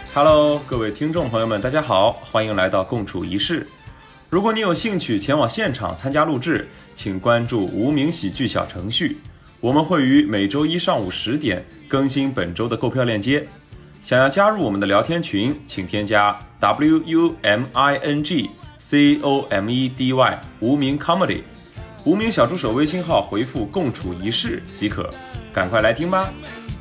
Hello， 各位听众朋友们，大家好，欢迎来到共处一室。如果你有兴趣前往现场参加录制，请关注无名喜剧小程序，我们会于每周一上午10点更新本周的购票链接。想要加入我们的聊天群，请添加 WUMINGCOMEDY 无名 Comedy 无名小助手微信号回复共处一室即可，赶快来听吧。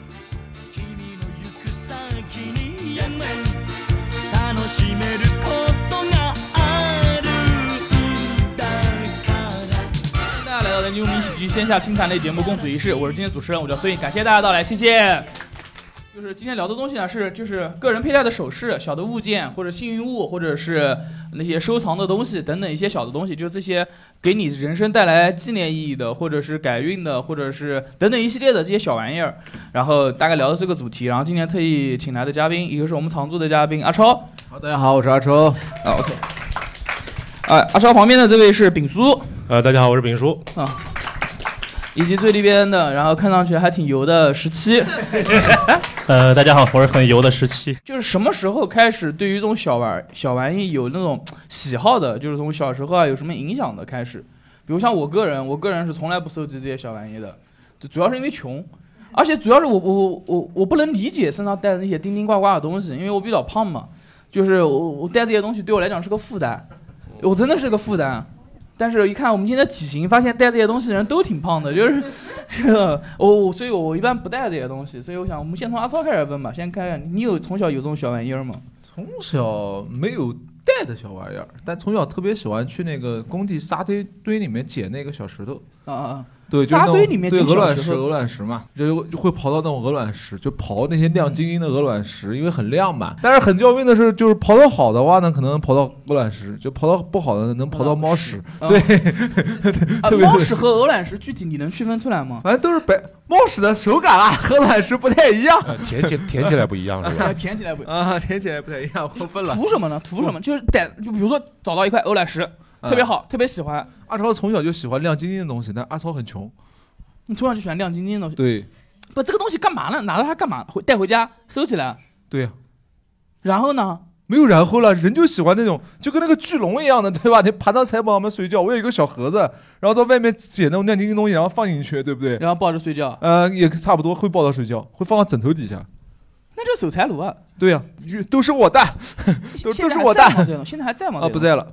大家来到的无名喜剧线下清谈类节目共处一室，我是今天主持人，我叫孙颖，感谢大家到来，谢谢。就是今天聊的东西呢，就是个人佩戴的首饰、小的物件或者幸运物，或者是那些收藏的东西等等一些小的东西，就是这些给你人生带来纪念意义的，或者是改运的，或者是等等一系列的这些小玩意儿。然后大概聊的这个主题，然后今天特意请来的嘉宾，一个是我们常驻的嘉宾阿超。 好，大家好，我是阿超。 OK。阿超旁边的这位是丙叔。 大家好，我是丙叔。 以及最里边的，然后看上去还挺油的17。 大家好，我是很油的17。 就是什么时候开始对于这种小玩意有那种喜好的，就是从小时候有什么影响的开始？比如像我个人是从来不收集这些小玩意的，主要是因为穷，而且主要是我不能理解身上带的那些叮叮呱呱的东西，因为我比较胖嘛，就是我带这些东西对我来讲是个负担，我真的是个负担。但是，一看我们今天的体型，发现带这些东西的人都挺胖的，就是，所以我一般不带这些东西。所以我想，我们先从阿超开始问吧，先看看你从小有这种小玩意儿吗？ 从小没有带的小玩意儿，但从小特别喜欢去那个工地沙堆里面捡那个小石头。对， 沙堆里面捡小石头。 鹅卵石嘛，就会刨到那种鹅卵石，就刨那些亮晶晶的鹅卵石，因为很亮嘛。但是很要命的是，就是刨到好的话呢，可能刨到鹅卵石；就刨到不好的，能刨到猫屎。对， 猫屎和鹅卵石具体你能区分出来吗？ 反正都是白。猫屎的手感啊和卵石不太一样， 舔起来不一样是吧？ 舔起来不太一样，过分了。 图什么呢？图什么？就比如说找到一块鹅卵石，特别好，特别喜欢。 阿超从小就喜欢亮晶晶的东西，但阿超很穷。 你从小就喜欢亮晶晶的东西？ 对。 不，这个东西干嘛呢？拿到它干嘛？带回家收起来？ 对呀。 然后呢？ 没有然后了，人就喜欢那种，就跟那个巨龙一样的，对吧？你爬到财宝上面睡觉，我有一个小盒子，然后到外面捡那种亮晶晶东西，然后放进去，对不对？ 然后抱着睡觉。 也差不多会抱着睡觉，会放到枕头底下。 那就是守财奴啊。 对呀，都是我的，都是我的。 现在还在吗？ 不在了。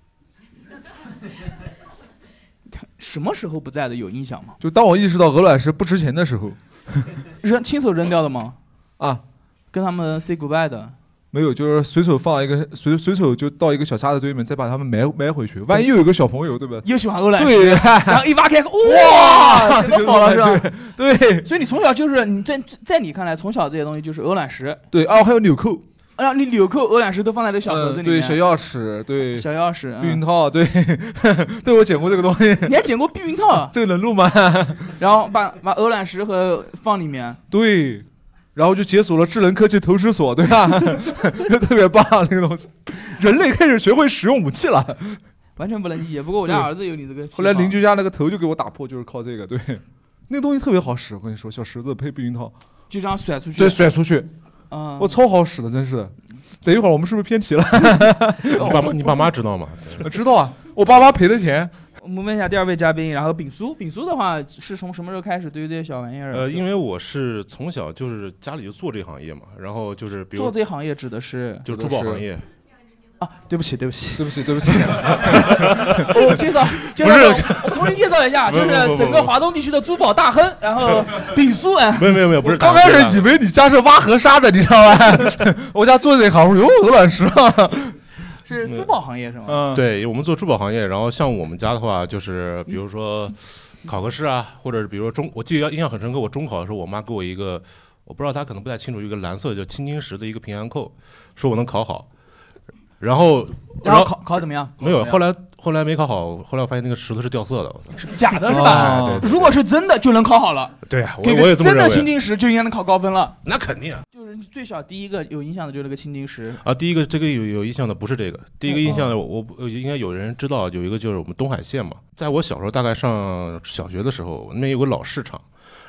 什么时候不在的有印象吗？ 就当我意识到鹅卵石不值钱的时候。 亲手扔掉的吗？跟他们 say goodbye 的。 没有，就是随手放一个，随手就到一个小沙子堆里面，再把它们埋回去。万一又有个小朋友，对吧？ 又喜欢鹅卵石， 对， 然后一挖开，哇，全都好了是吧？ 对。 所以你从小就是你在你看来，从小这些东西就是鹅卵石。 对，还有纽扣。 你纽扣、鹅卵石都放在这小盒子里面。 对，小钥匙，对， 小钥匙， 避孕套，对，对我捡过这个东西。 你还捡过避孕套？ 这个能录吗？ 然后把鹅卵石和放里面。 对。然后就解锁了智能科技投石所，对吧？就特别棒那个东西，人类开始学会使用武器了。 完全不能理解，不过我家儿子有你这个。 后来邻居家那个头就给我打破，就是靠这个。对，那个东西特别好使，我跟你说，小石子配避孕套， 就这样甩出去。 对，甩出去。我超好使的，真是。等一会儿我们是不是偏题了？ 你爸妈知道吗？ 知道啊，我爸妈赔的钱。 我们问一下第二位嘉宾，然后丙叔的话是从什么时候开始对于这些小玩意儿？ 因为我是从小就是家里就做这行业嘛，然后就是比如做这行业指的是就珠宝行业。 对不起。 我介绍，我重新介绍一下，就是整个华东地区的珠宝大亨，然后丙叔。 没有，不是。 刚开始以为你家是挖河沙的，你知道吧？我家做这行，我说鹅卵石啊。 是珠宝行业是吗？ 对，我们做珠宝行业，然后像我们家的话，就是比如说考个试啊，或者是比如说我记得印象很深刻，我中考的时候，我妈给我一个，我不知道她可能不太清楚，一个蓝色叫青金石的一个平安扣，说我能考好。然后考怎么样？ 没有，后来没考好，后来我发现那个石头是掉色的， 是假的是吧？对，如果是真的就能考好了。 对啊，我也这么认为。 真的青金石就应该能考高分了。 那肯定。 就是最小第一个有印象的就是那个青金石第一个这个有印象的不是这个，第一个印象的我应该有人知道，有一个就是我们东海县嘛，在我小时候大概上小学的时候，那边有个老市场。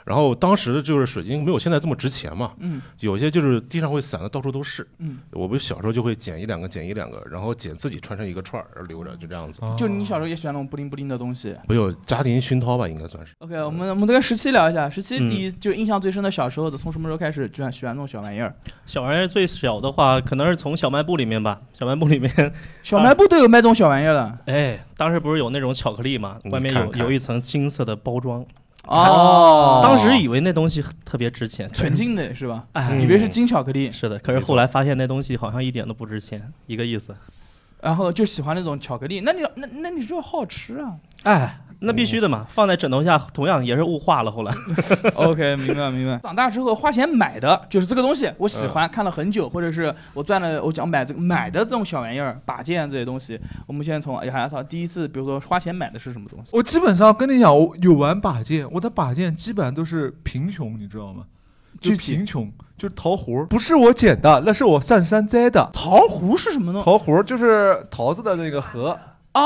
然后当时就是水晶没有现在这么值钱嘛， 嗯， 有些就是地上会散的到处都是。 嗯， 我们小时候就会捡一两个，然后捡自己穿成一个串儿留着，就这样子。 就你小时候也喜欢那种布灵布灵的东西。 没有家庭熏陶吧，应该算是。 OK，我们再跟17聊一下，17第一就印象最深的小时候的，从什么时候开始就喜欢那种小玩意儿？ 小玩意儿最小的话，可能是从小卖部里面吧。小卖部里面， 小卖部都有卖这种小玩意儿的。 哎，当时不是有那种巧克力嘛，外面有一层金色的包装。 哦， 当时以为那东西特别值钱， 纯金的是吧？ 哎， 以为是金巧克力。 是的，可是后来发现那东西好像一点都不值钱，一个意思。 然后就喜欢那种巧克力，那你就好吃啊？ 哎，那必须的嘛，放在枕头下，同样也是雾化了。后来 ，OK， 明白。长大之后花钱买的就是这个东西，我喜欢，看了很久，或者是我想买的这种小玩意儿，把件这些东西。我们现在从第一次，比如说花钱买的是什么东西？ 我基本上跟你讲，我有玩把件，我的把件基本上都是贫穷，你知道吗？就贫穷，就是桃核，不是我捡的，那是我上山摘的。 桃核是什么呢？ 桃核就是桃子的那个核。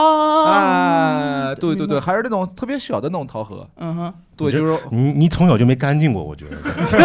对，还是那种特别小的那种桃核。 嗯哼， 对，就是你从小就没干净过，我觉得。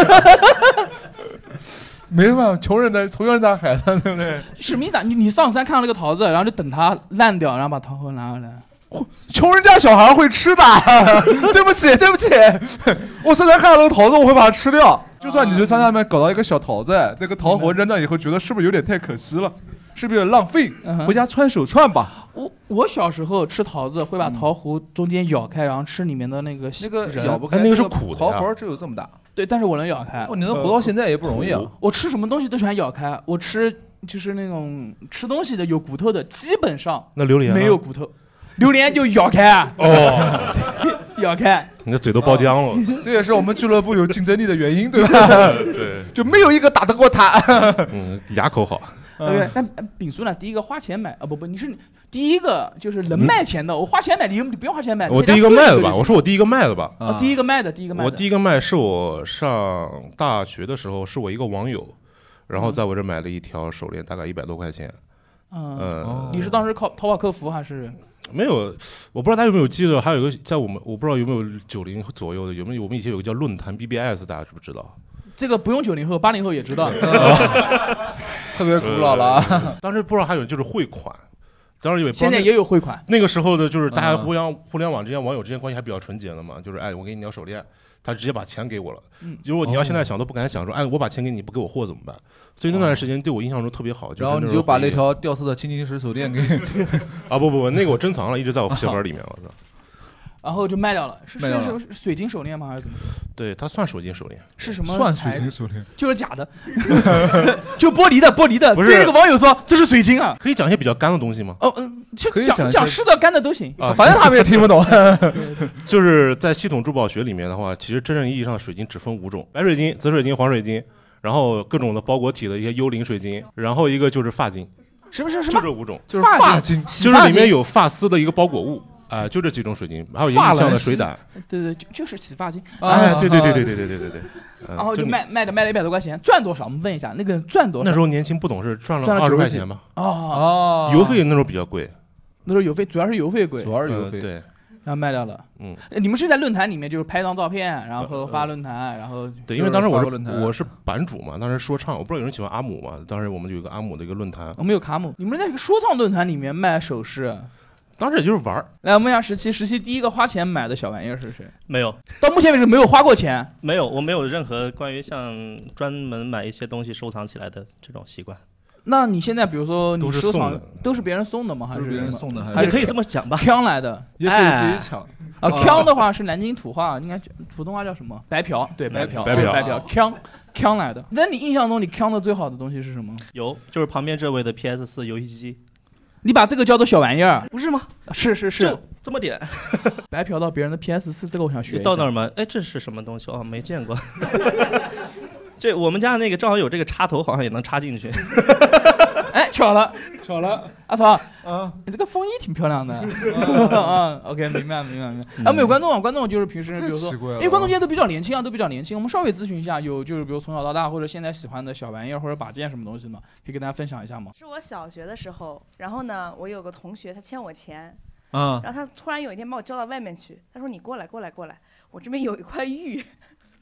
没办法，穷人的从小长海的，对不对？ 什么意思啊？你上山看到那个桃子，然后就等它烂掉，然后把桃核拿回来。 穷人家小孩会吃的，对不起，我上山看到那个桃子，我会把它吃掉。就算你去山上面搞到一个小桃子，那个桃核扔掉以后，觉得是不是有点太可惜了？是不是有点浪费？回家穿手串吧。 我小时候吃桃子会把桃核中间咬开，然后吃里面的那个咬不开， 那个是苦的。 桃核只有这么大。 对，但是我能咬开。 你能活到现在也不容易啊！ 我吃什么东西都喜欢咬开，我吃就是那种吃东西的有骨头的，基本上那榴莲没有骨头，榴莲就咬开咬开， 你的嘴都爆浆了。 这也是我们俱乐部有竞争力的原因，对吧？ 对， 就没有一个打得过他。 牙口好。 对，那丙叔呢？第一个花钱买不，你是第一个就是能卖钱的。我花钱买，你不用花钱买。 我第一个卖的吧？我说我第一个卖的吧。 第一个卖的。 我第一个卖是我上大学的时候，是我一个网友，然后在我这买了一条手链，大概100多块钱。 你是当时靠淘宝客服还是？ 没有，我不知道大家有没有记得，还有一个在我不知道有没有90左右的，有没有我们以前有个叫论坛 BBS， 大家知不知道？ 这个不用90后，80后也知道， 特别古老了。 当时不知道还有就是汇款，当时现在也有汇款。 那个时候的就是大家互联网之间网友之间关系还比较纯洁的嘛，就是我给你条手链，他直接把钱给我了。如果你要现在想都不敢想说，我把钱给你不给我货怎么办？所以那段时间对我印象中特别好。 然后你就把那条掉色的青金石手链给不，那个我珍藏了，一直在我鞋盒里面。我操。 然后就卖掉了，是水晶手链吗？还是怎么？ 对，它算水晶手链。 是什么？ 算水晶手链， 就是假的，就玻璃的。 不是， 对那个网友说这是水晶啊。 可以讲一些比较干的东西吗？ 可以讲湿的、干的都行反正他们也听不懂。 就是在系统珠宝学里面的话，其实真正意义上的水晶只分5种：白水晶、紫水晶、黄水晶，然后各种的包裹体的一些幽灵水晶，然后一个就是发晶。 什么？就这5种， 就是发晶， 就是里面有发丝的一个包裹物。就这几种水晶，还有一个像的水胆。 对，就是洗发精。 对。 然后就卖了100多块钱，赚多少？我们问一下，那个赚多少？ 那时候年轻不懂事，赚了20块钱吧。邮费那时候比较贵。 那时候邮费主要是邮费贵， 对。 然后卖掉了。你们是在论坛里面就是拍张照片，然后发论坛，然后对，因为当时我是版主嘛，当时说唱，我不知道有人喜欢阿姆嘛，当时我们有一个阿姆的一个论坛。 我们有卡姆，你们在一个说唱论坛里面卖首饰。 当时也就是玩。 来，我问一下17第一个花钱买的小玩意儿是谁？ 没有， 到目前为止没有花过钱。 没有，我没有任何关于像专门买一些东西收藏起来的这种习惯。 那你现在比如说你收藏都是别人送的吗？还是别人送的？ 也可以这么讲吧。 抢来的， 也可以自己抢。 抢的话是南京土话，应该普通话叫什么？白嫖，对，白嫖。抢来的。那你印象中你抢的最好的东西是什么？ 有，就是旁边这位的 PS4 游戏机。 你把这个叫做小玩意儿， 不是吗？ 是， 就这么点。 白嫖到别人的 PS4，这个我想学一下。 到那儿吗？这是什么东西？没见过。这我们家那个正好有这个插头，好像也能插进去。 巧了，阿曹，你这个风衣挺漂亮的。OK， 明白。我们有观众就是平时比如说，因为观众现在都比较年轻，我们稍微咨询一下，有就是比如从小到大或者现在喜欢的小玩意儿或者把件什么东西吗？可以跟大家分享一下吗？ 是我小学的时候，然后呢，我有个同学他欠我钱，然后他突然有一天把我叫到外面去，他说你过来，我这边有一块玉。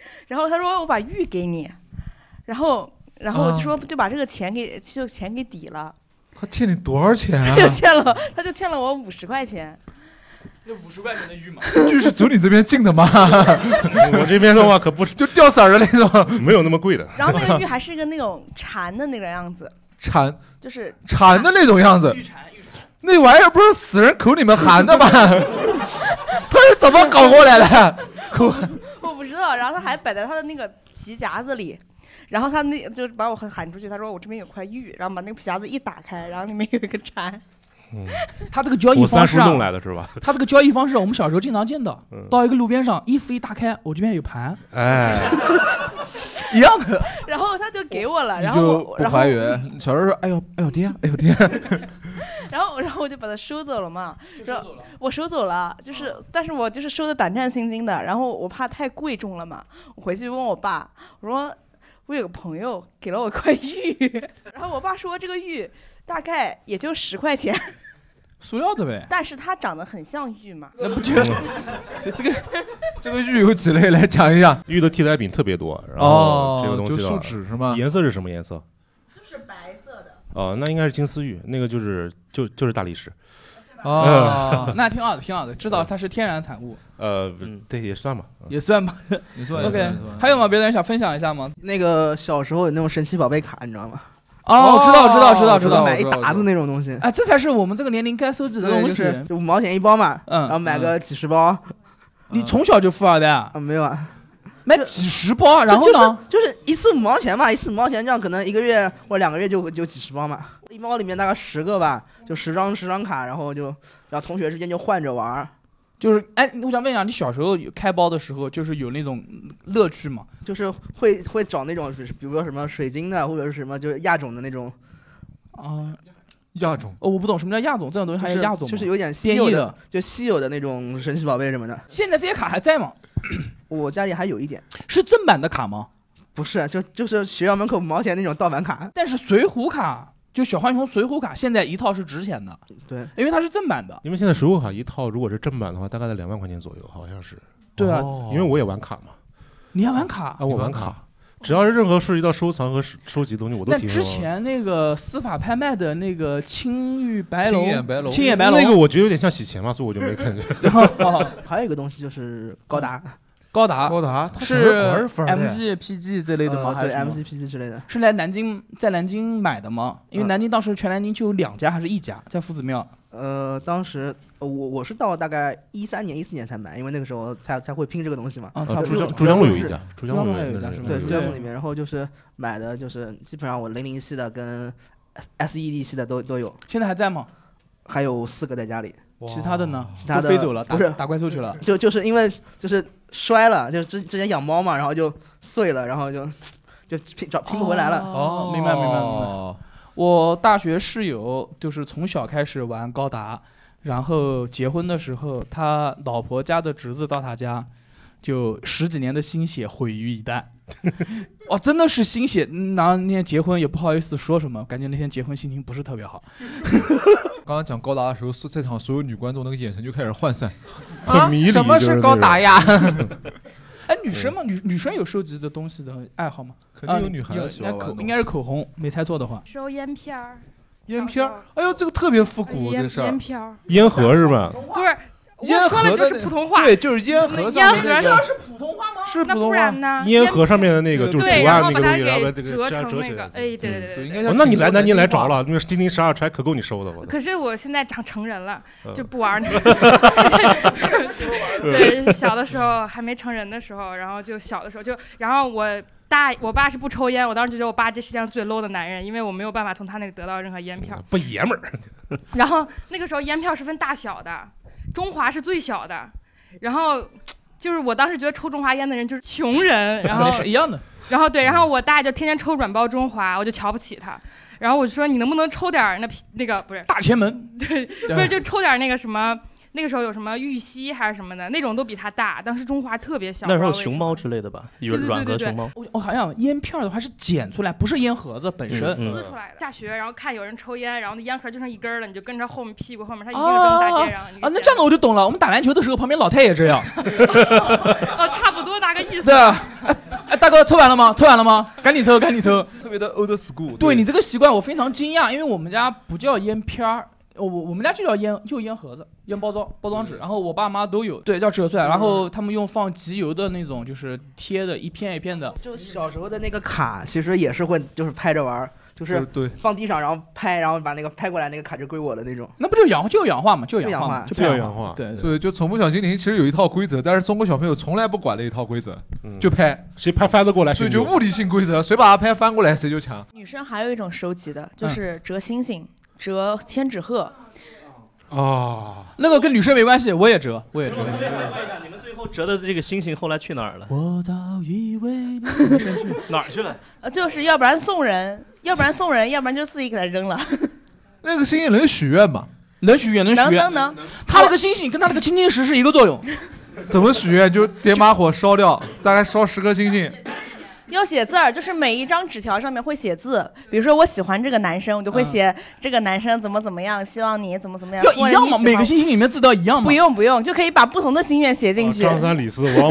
然后他说我把玉给你，然后我就说就把这个钱给抵了。 他欠你多少钱啊？ 他就欠了我50块钱。 那50块钱的玉嘛， 玉是走你这边进的吗？ 我这边的话可不就掉色儿的那种， 没有那么贵的。 然后那个玉还是一个那种蝉的那个样子，就是蝉的那种样子。 玉蝉。 那玩意儿不是死人口里面含的吗？他是怎么搞过来的？ 我不知道。然后他还摆在他的那个皮夹子里。然后他就把我喊出去，他说我这边有块玉，然后把那个皮夹子一打开，然后里面有一个蝉。 他这个交易方式弄来的是吧？ 他这个交易方式我们小时候经常见的，到一个路边上，衣服一打开，我这边有盘， 一样的。 然后他就给我了，然后不还原。小时候说，哎呦爹。 然后我就把它收走了嘛，我收走了，但是我就是收的胆战心惊的，然后我怕太贵重了嘛，我回去问我爸，我说我有个朋友给了我块玉，然后我爸说这个玉大概也就10块钱， 塑料的呗， 但是它长得很像玉嘛。 那不就这个玉有几类来讲一下？ 玉的替代品特别多，然后这个东西就树脂是吗？ 颜色是什么颜色？ 就是白色的。 哦，那应该是金丝玉，那个就是大理石。 那挺好的，至少它是天然产物。 对，也算吧， 也算吧。 你说 OK， 还有吗？别的人想分享一下吗？ 那个小时候有那种神奇宝贝卡，你知道吗？ 知道， 买一沓子那种东西。 哎，这才是我们这个年龄该收集的东西。 就5毛钱1包嘛，然后买个几10包。 你从小就富二代啊？ 没有啊， 买几10包，然后呢？ 就是一次5毛钱嘛，一次5毛钱，这样可能1个月或2个月就几10包嘛。1包里面大概10个吧，就10张卡，然后同学之间就换着玩。 就是哎，我想问一下，你小时候开包的时候，就是有那种乐趣吗？ 就是会找那种，比如说什么水晶的，或者是什么就是亚种的那种。 亚种？ 我不懂什么叫亚种，这种东西还有亚种吗？ 就是有点稀有的，就稀有的那种神奇宝贝什么的。 现在这些卡还在吗？ 我家里还有一点。 是正版的卡吗？ 不是，就是学校门口5毛钱那种盗版卡。 但是水浒卡。就小浣熊水浒卡现在一套是值钱的， 对， 因为它是正版的。 因为现在水浒卡一套如果是正版的话，大概在2万块钱左右，好像是。 对啊， 因为我也玩卡嘛。 你还玩卡啊？我玩卡，只要是任何涉及到收藏和收集的东西，我都挺。 那之前那个司法拍卖的那个青眼白龙， 那个我觉得有点像洗钱嘛，所以我就没看见。 还有一个东西就是高达。 高达是 MG、PG 之类的吗？ 对 ，MG、PG 之类的。 是在南京买的吗？因为南京当时全南京就有2家还是1家，在夫子庙。 当时我是到大概13年、14年才买，因为那个时候才会拼这个东西嘛。 珠江路有一家， 珠江路还有一家是吗？ 对，珠江路里面，然后就是买的就是基本上我00系的跟 SED 系的都有。 现在还在吗？ 还有4个在家里。 其他的呢？ 其他的飞走了， 不是打怪兽去了。 就是因为就是摔了，就之前养猫嘛，然后就碎了，然后就拼不回来了。 明白。我大学室友就是从小开始玩高达，然后结婚的时候，他老婆家的侄子到他家，就10几年的心血毁于一旦。真的是心血。然后那天结婚也不好意思说什么，感觉那天结婚心情不是特别好。 刚刚讲高达的时候，在场所有女观众那个眼神就开始涣散， 很迷离。 什么是高达呀？ 哎，女生嘛，女生有收集的东西的爱好吗？ 肯定有女孩子喜欢玩。 应该是口红，没猜错的话。 收烟片儿。 烟片儿，哎呦，这个特别复古，这事儿。 烟片儿。 烟盒是吧？ 不是。我说的就是普通话， 对，就是烟盒上面那个。 是普通话吗？ 是普通话。 那不然呢？ 烟盒上面的那个就是图案那个东西，然后折成那个，哎，对。 应该那你来南京来着了，那个金陵12钗可够你收的。 可是我现在成人了，就不玩那个。对，小的时候还没成人的时候，然后就小的时候然后我爸是不抽烟，我当时就觉得我爸这世界上最 low 的男人，因为我没有办法从他那里得到任何烟票， 不爷们儿。 然后那个时候烟票是分大小的，中华是最小的，然后就是我当时觉得抽中华烟的人就是穷人，然后是一样的。 然后对，然后我大就天天抽软包中华，我就瞧不起他，然后我就说你能不能抽点那个不是大前门， 对，不是就抽点那个什么那个时候有什么玉溪还是什么的，那种都比它大，当时中华特别小。 那时候熊猫之类的吧，软壳熊猫。 我好像烟片的话是剪出来，不是烟盒子本身撕出来的。下学然后看有人抽烟，然后那烟盒就剩一根了，你就跟着后面屁股后面，它一定是这么大街上。 那这样的我就懂了。我们打篮球的时候，旁边老太也这样。 差不多那个意思。 对啊。大哥，抽完了吗？抽完了吗？赶紧抽，赶紧抽。 特别的 old school。 对你这个习惯，我非常惊讶，因为我们家不叫烟片儿。我们家就叫烟盒子、烟包装纸，然后我爸妈都有，对，叫折穗，然后他们用放集邮的那种，就是贴的一片一片的。 就小时候的那个卡，其实也是会就是拍着玩，就是放地上然后拍，然后把那个拍过来，那个卡就归我的那种。 那不就氧化嘛，就氧化， 对，就宠物小精灵其实有一套规则，但是中国小朋友从来不管那一套规则，就拍， 谁拍翻得过来， 所以就物理性规则，谁把它拍翻过来谁就强。 女生还有一种收集的，就是折星星。折千纸鹤， 那个跟女生没关系，我也折。 你们最后折的这个星星后来去哪儿了？ 我早以为你哪儿去了？ 就是要不然送人，要不然就自己给它扔了。 那个星星能许愿吗？ 能许愿，能。他那个星星跟他那个青金石是一个作用。 怎么许愿？就点把火烧掉，大概烧10颗星星。 要写字儿，就是每一张纸条上面会写字，比如说我喜欢这个男生，我就会写这个男生怎么样，希望你怎么样。 要一样吗？每个星星里面字都要一样吗？ 不用，就可以把不同的心愿写进去。 张三李四王五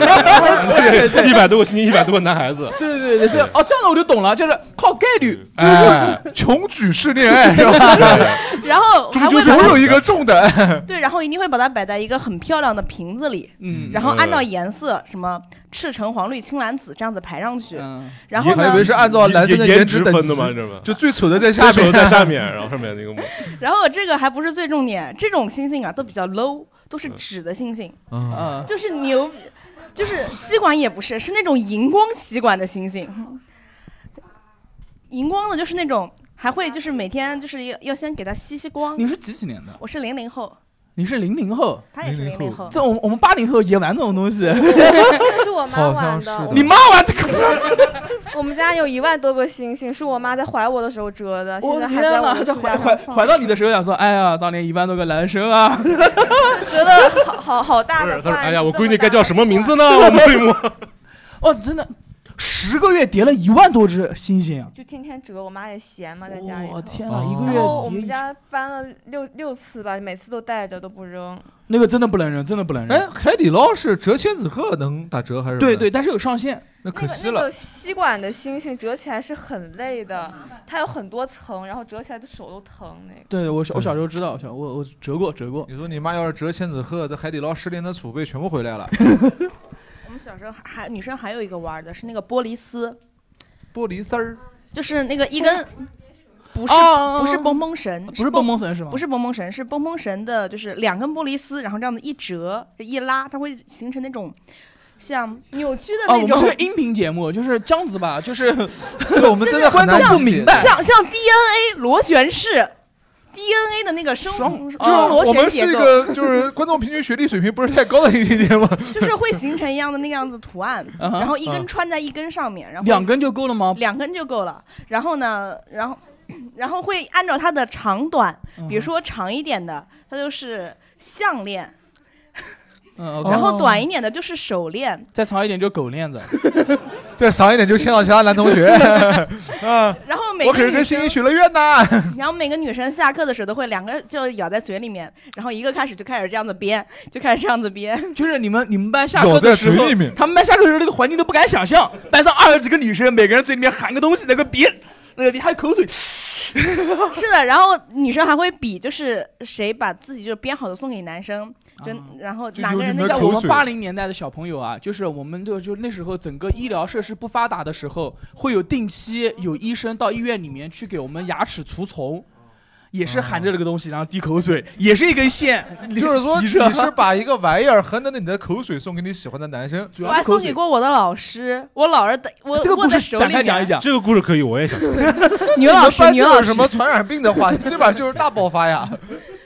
，100多个星星，100多个男孩子。 对，这样我就懂了，就是靠概率， 就是穷举式恋爱是吧？ 然后总有一个中的。 对，然后一定会把它摆在一个很漂亮的瓶子里，然后按照颜色什么赤橙黄绿青蓝紫这样子排上去，然后呢？ 还以为是按照男生的颜值分的吗？ 就最丑的在下面， 然后上面那个。 然后这个还不是最重点，这种星星啊都比较 low， 都是纸的星星，就是牛，就是吸管也不是，是那种荧光吸管的星星，荧光的就是那种还会就是每天就是要先给它吸光。 你是几几年的？ 我是00后。 你是00后， 他也是00后。 这我们80后也玩这种东西。 这是我妈玩的。 你妈玩这个？ 我们家有1万多个星星，是我妈在怀我的时候折的，现在还在我的书架上放。 怀到你的时候想说，哎呀，当年1万多个男生啊， 折的好大的。 他说，哎呀，我闺女该叫什么名字呢？我摸一摸。 哦，真的。10个月叠了1万多只星星， 就天天折，我妈也闲嘛，在家里。 我天哪，1个月。 然后我们家搬了六次吧，每次都带着，都不扔。 那个真的不能扔，真的不能扔。 哎，海底捞是折千纸鹤能打折还是？ 对，但是有上限， 那可惜了。 那个吸管的星星折起来是很累的，它有很多层，然后折起来的手都疼。那个。 对，我小时候知道，我折过。 你说你妈要是折千纸鹤，这海底捞10年的储备全部回来了。 我们小时候女生还有一个玩的是那个玻璃丝， 玻璃丝儿， 就是那个一根，不是蹦蹦绳， 不是蹦蹦绳是吗？ 不是蹦蹦绳，是蹦蹦绳的，就是2根玻璃丝，然后这样子一折一拉，它会形成那种像扭曲的那种。 我们是个音频节目，就是这样子吧，就是我们真的很难不明白， 像 DNA 螺旋式。DNA 的那个双螺旋结构， 我们是一个就是观众平均学历水平不是太高的一期节目， 就是会形成一样的那个样子图案，然后一根穿在一根上面，然后 2根就够了吗 ？2根就够了。然后呢，然后会按照它的长短，比如说长一点的，它就是项链。然后短一点的就是手链， 再长一点就狗链子， 再长一点就牵到其他男同学。 然后我可是跟星星许了愿呐。 然后每个女生下课的时候都会2个就咬在嘴里面，然后一个开始这样子编， 就是你们班下课的时候，他们班下课的时候那个环境都不敢想象，班上20几个女生，每个人嘴里面含个东西，那个编，那个你还口水。 是的，然后女生还会比，就是谁把自己就是编好的送给男生。然后哪个人那像我们80年代的小朋友啊，就是我们就那时候整个医疗设施不发达的时候，会有定期有医生到医院里面去给我们牙齿除虫，也是含着这个东西，然后滴口水，也是一根线。 就是说你是把一个玩意儿含着你的口水送给你喜欢的男生， 我还送给过我的老师，我老师我这个故事展开讲一讲。 这个故事可以，我也想。 女老师有什么传染病的话，基本上就是大爆发呀。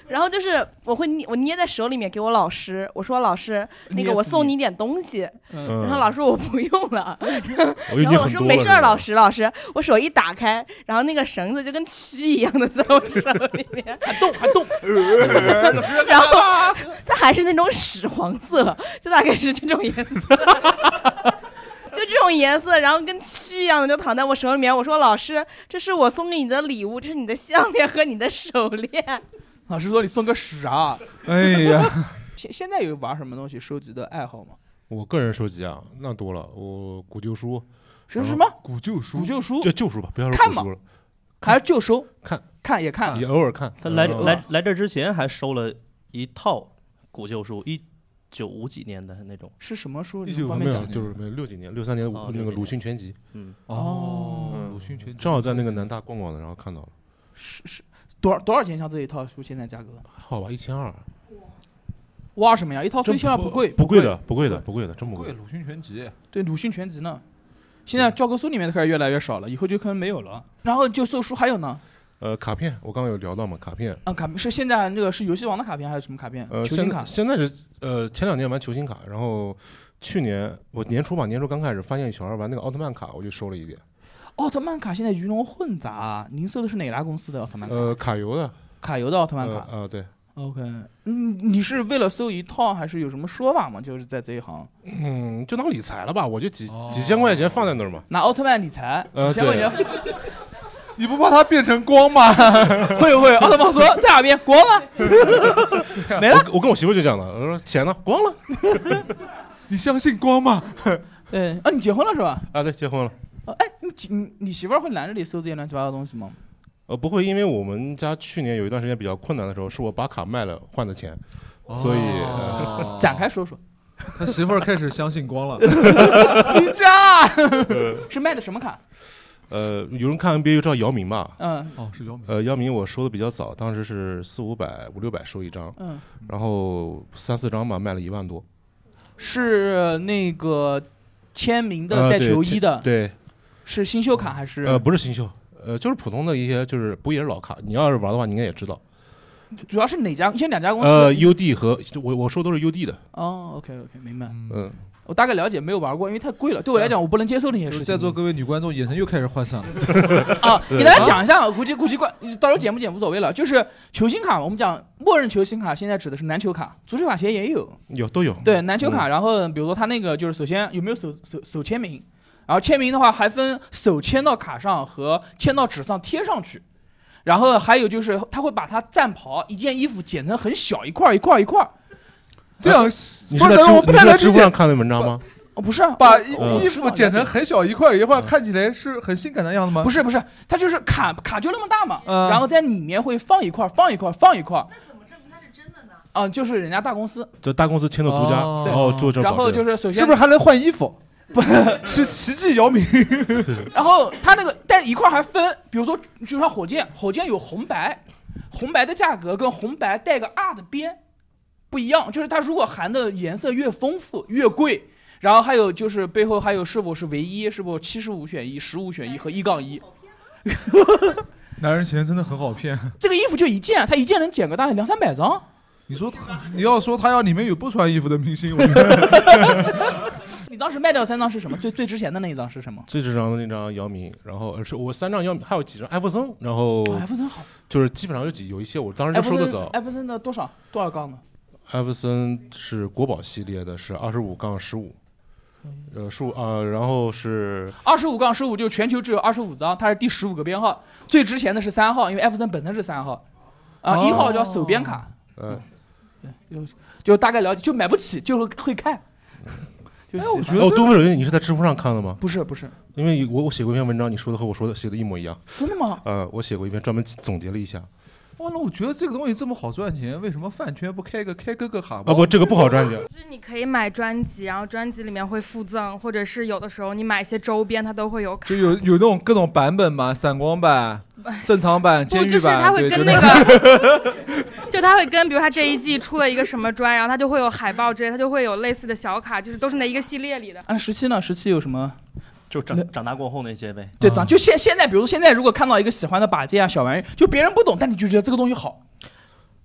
然后就是我捏在手里面给我老师，我说老师那个我送你点东西，然后老师说我不用了，然后我说没事儿，老师，我手一打开，然后那个绳子就跟蛆一样的在我手里面还动， 然后它还是那种屎黄色，就大概是这种颜色。就这种颜色，然后跟蛆一样的就躺在我手里面。我说老师，这是我送给你的礼物，这是你的项链和你的手链。 老师说你送个屎啊！ 哎呀， 现在有玩什么东西收集的爱好吗？ 我个人收集啊，那多了，我古旧书。 什么？ 古旧书？ 就旧书吧，不要说古书了。 还是旧收？ 看也看， 也偶尔看。 他来这之前还收了一套古旧书，1950几年的那种。 是什么书？ 没有，就是60几年、63年那个鲁迅全集。 鲁迅全集正好在那个南大逛逛的，然后看到了。 是多少钱？像这一套书现在价格？ 好吧，1200。 哇，什么呀？一套书1200不贵？ 不贵的，真不贵。 鲁迅全集。 对，鲁迅全集呢？现在教科书里面开始越来越少了，以后就可能没有了。然后就搜书还有呢？ 卡片，我刚刚有聊到嘛，卡片。 卡片是现在那个是游戏王的卡片还是什么卡片？球星卡。 现在是前2年玩球星卡，然后去年我年初刚开始发现小孩玩那个奥特曼卡，我就收了一点。 奥特曼卡现在鱼龙混杂，您搜的是哪家公司的奥特曼卡？ 卡游的奥特曼卡。 对。 OK，你是为了搜一套，还是有什么说法吗？就是在这一行， 就当理财了吧，我就几千块钱放在那儿嘛。 拿奥特曼理财，几千块钱。 你不怕它变成光吗？ 会，奥特曼说在哪边？光了，没了。 我跟我媳妇就讲了，我说钱呢？光了。 你相信光吗？ 对，你结婚了是吧？ 啊，对，结婚了。 哎，你媳妇儿会拦着你搜这些乱七八糟的东西吗？ 不会，因为我们家去年有一段时间比较困难的时候，是我把卡卖了换的钱，所以展开说说。 他媳妇儿开始相信光了。 你家是卖的什么卡？ 有人看 NBA 就知道姚明吧？ 是姚明。 姚明我收的比较早，当时是400-500、500-600收一张，然后3-4张吧，卖了1万多。 是那个签名的带球衣的， 对， 是新秀卡还是？ 不是新秀。就是普通的一些，就是不也是老卡。你要是玩的话，你应该也知道。 主要是哪家？现在2家公司。 UD 和我收都是 UD 的。 OK，明白。我大概了解，没有玩过，因为太贵了。对我来讲，我不能接受那些事情。 在座各位女观众眼神又开始涣散了。 给大家讲一下，估计到时候剪不剪无所谓了。就是球星卡，我们讲默认球星卡，现在指的是篮球卡，足球卡其实也有。 都有。 对，篮球卡，然后比如说他那个就是首先有没有手签名。然后签名的话还分手签到卡上和签到纸上贴上去，然后还有就是他会把他战袍一件衣服剪成很小一块。 这样你是在知乎上看的文章吗？ 不是， 把衣服剪成很小一块，看起来是很性感的样子吗？ 不是，它就是卡就那么大嘛，然后在里面会放一块。那怎么证明它是真的呢？就是人家大公司， 这大公司签的独家，然后做这， 然后就是首先是不是还能换衣服？不是奇迹姚明。 然后他那个但一块还分，比如说就像火箭有红白的价格跟红白带个 R 的边不一样，就是它如果含的颜色越丰富越贵。然后还有就是背后还有是否是唯一，是否75选1、15选1和1-1。 男人钱真的很好骗。 这个衣服就一件，他一件能剪个大概200-300张。 你要说他要里面有不穿衣服的明星， 你当时卖掉3张是什么？最值钱的那一张是什么？ 最值钱的那张姚明，然后是我3张姚明，还有几张艾弗森，然后艾弗森好， 就是基本上有一些我当时就收的早。 艾弗森的多少杠呢？ 艾弗森是国宝系列的，是25-15。然后是 25-15，就全球只有25张，它是第15个编号，最值钱的是3号，因为艾弗森本身是3号，1号叫手编卡，就大概了解，就买不起，就会看。 我觉得多问人，你是在知乎上看的吗？ 不是， 因为我写过一篇文章，你说的和我说的写的一模一样。 真的吗？ 我写过一篇专门总结了一下。 那我觉得这个东西这么好赚钱，为什么饭圈不开各个卡包？ 不，这个不好赚钱。 就是你可以买专辑，然后专辑里面会附赠，或者是有的时候你买一些周边，它都会有卡。 就有那种各种版本嘛，闪光版、正常版、监狱版。 就是它会跟那个，就它会跟，比如它这一季出了一个什么专，然后它就会有海报之类，它就会有类似的小卡，就是都是那一个系列里的。 17呢？17有什么？ 就长大过后那些呗。 对，就现在，比如现在如果看到一个喜欢的把件啊、小玩意，就别人不懂，但你就觉得这个东西好。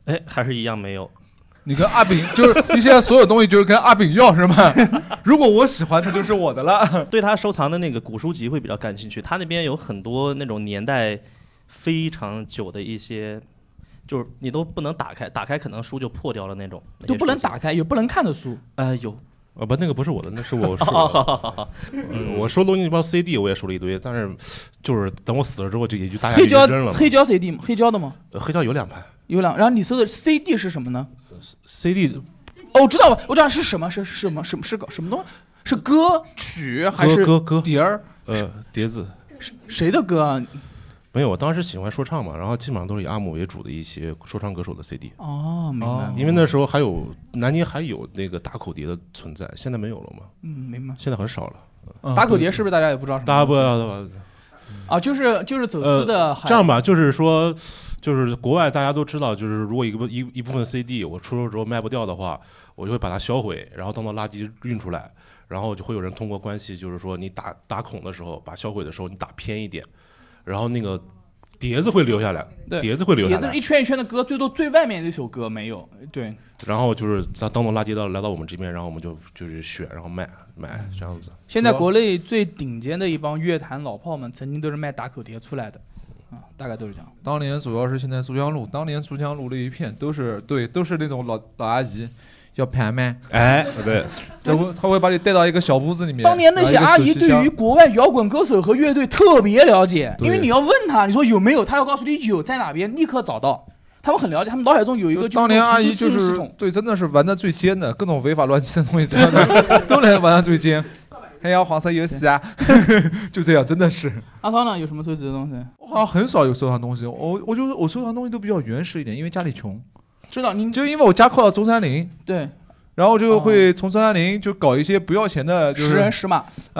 哎，还是一样没有。 你跟阿炳就是你现在所有东西就是跟阿炳要是吗？如果我喜欢，它就是我的了。 对他收藏的那个古书籍会比较感兴趣，他那边有很多那种年代非常久的一些，就是你都不能打开，打开可能书就破掉了那种。 都不能打开，有不能看的书。 有。 不，那个不是我的，那是我我收东西包 CD 我也收了一堆，但是就是等我死了之后就也就大家黑胶扔了。 黑胶 CD 吗？黑胶的吗？ 黑胶有2盘。 有2，然后你搜的 CD 是什么呢 ？CD 哦，我知道了，我知道是什么，是什么东西？是歌曲还是歌碟儿？ 碟子。 谁的歌啊？ 没有，我当时喜欢说唱嘛，然后基本上都是以阿姆为主的一些说唱歌手的 CD。 哦，明白。 因为那时候还有南京还有那个打口碟的存在，现在没有了嘛。 明白。 现在很少了。 打口碟是不是大家也不知道什么？ 大家不知道。 啊，就是走私的。 这样吧，就是说，就是国外大家都知道，就是如果一部分 CD 我出售之后卖不掉的话，我就会把它销毁，然后当做垃圾运出来，然后就会有人通过关系，就是说你打孔的时候，把销毁的时候你打偏一点，然后那个碟子会留下来，碟子会留下来， 碟子一圈一圈的歌，最多最外面那首歌没有，对。 然后就是当做垃圾来到我们这边，然后我们就是选，然后卖这样子。 现在国内最顶尖的一帮乐坛老炮们，曾经都是卖打口碟出来的，大概都是这样。 当年主要是现在珠江路，当年珠江路那一片都是那种老阿姨。叫盘卖， 哎，对， 他会把你带到一个小屋子里面。 当年那些阿姨对于国外摇滚歌手和乐队特别了解，因为你要问他，你说有没有，他要告诉你有在哪边，立刻找到。他们很了解，他们脑海中有一个当年阿姨就是对，真的是玩的最尖的，各种违法乱纪的东西，都能玩的最尖。还有黄色游戏啊，就这样，真的是。 阿涛呢，有什么收集的东西？ 我好像很少有收藏东西，我收藏东西都比较原始一点，因为家里穷。 知道您就因为我家靠到中山陵， 对， 然后就会从中山陵就搞一些不要钱的，就是 10人10马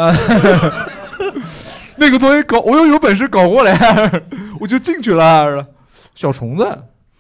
那个东西搞，我有本事搞过来，我就进去了。小虫子，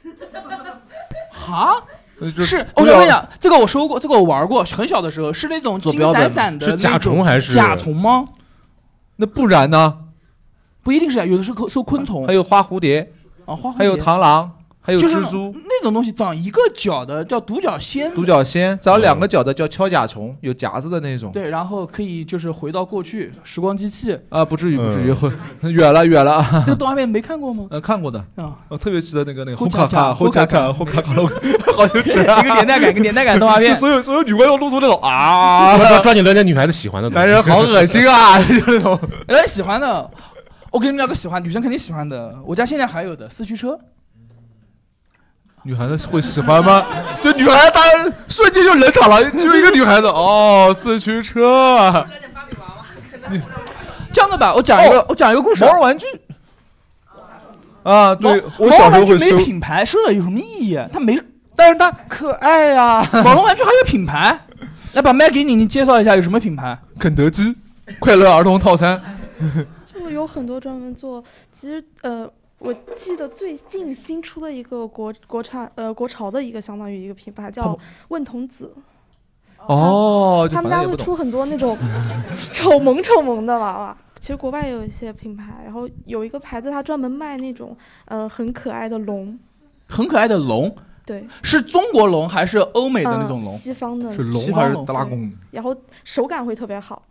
哈，是我跟你讲，这个我收过，这个我玩过，很小的时候是那种金闪闪的， 是甲虫还是甲虫吗？ 那不然呢？ 不一定是，有的是收昆虫， 还有花蝴蝶啊，花蝴蝶， 还有螳螂。还有蜘蛛那种东西，长一个脚的叫独角仙， 长2个脚的叫锹甲虫，有夹子的那种。 对，然后可以就是回到过去，时光机器啊，不至于，远了。 那个动画片没看过吗？ 看过的啊， 我特别记得那个后卡卡， 好羞耻啊！ 一个年代感动画片， 所有女观众露出那种啊， 抓紧人家女孩子喜欢的东西， 男人好恶心啊，就那种。 有人喜欢的，我给你们两个喜欢，女生肯定喜欢的。我家现在还有的四驱车。 女孩子会喜欢吗？就女孩子当然瞬间就冷场了，就一个女孩子哦，四驱车。 这样的吧，我讲一个故事。 毛绒玩具。啊，对，我小时候会收。没品牌，收了有什么意义？它没， 但是它可爱呀。 毛绒玩具还有品牌？来，把麦给你，你介绍一下有什么品牌？ 肯德基快乐儿童套餐。 就有很多专门做，其实我记得最近新出的一个国潮的一个相当于一个品牌叫问童子。 哦， 他们家会出很多那种丑萌的娃娃。其实国外也有一些品牌，然后有一个牌子它专门卖那种很可爱的龙。 很可爱的龙？ 对。 是中国龙还是欧美的那种龙？ 西方的。 是龙还是德拉贡？ 然后手感会特别好。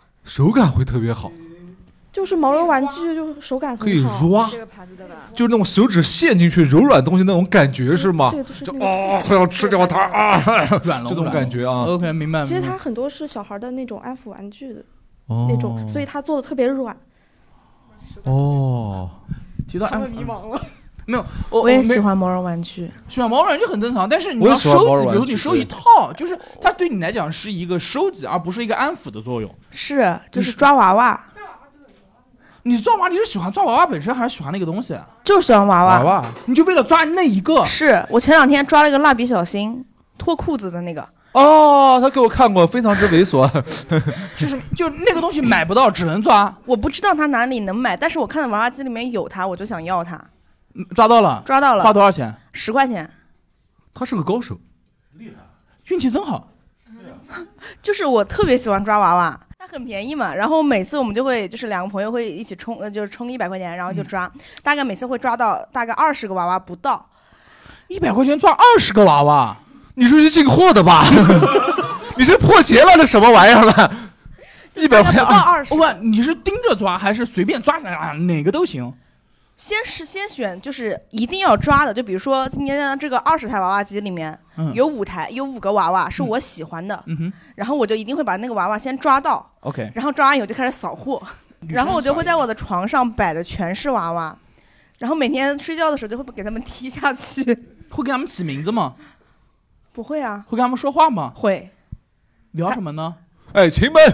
就是毛绒玩具，就手感很好， 可以抓，就是那种手指陷进去柔软东西那种感觉是吗？ 就还要吃掉它啊， 软龙这种感觉啊。 OK， 明白。 其实它很多是小孩的那种安抚玩具的那种，所以它做的特别软。 哦， 提到安抚， 迷茫了。 没有， 我也喜欢毛绒玩具， 喜欢毛绒玩具很正常，但是你要收集，比如你收一套，就是它对你来讲是一个收集，而不是一个安抚的作用。 是，就是抓娃娃。 你抓娃，你是喜欢抓娃娃本身，还是喜欢那个东西？ 就是喜欢娃娃， 你就为了抓那一个？ 是我前2天抓了一个蜡笔小新脱裤子的那个。 哦，他给我看过，非常之猥琐。 是什么？就那个东西买不到，只能抓。 我不知道它哪里能买，但是我看到娃娃机里面有它，我就想要它。 抓到了，花多少钱 ？10块钱。 他是个高手， 厉害，运气真好。 就是我特别喜欢抓娃娃。它很便宜嘛，然后每次我们就会就是2个朋友会一起充，就是充100块钱，然后就抓，大概每次会抓到大概20个娃娃不到， 100块钱抓20个娃娃， 你是去进货的吧？你是破节了，这什么玩意儿了？100块钱 20。 哇，你是盯着抓还是随便抓哪个都行？ 先选，就是一定要抓的。就比如说今天这个20台娃娃机里面，有5个娃娃是我喜欢的，然后我就一定会把那个娃娃先抓到。 OK。 然后抓完以后就开始扫货，然后我就会在我的床上摆着全是娃娃，然后每天睡觉的时候就会给他们踢下去。 会给他们起名字吗？ 不会啊。 会跟他们说话吗？ 会。 聊什么呢？ 哎，亲们，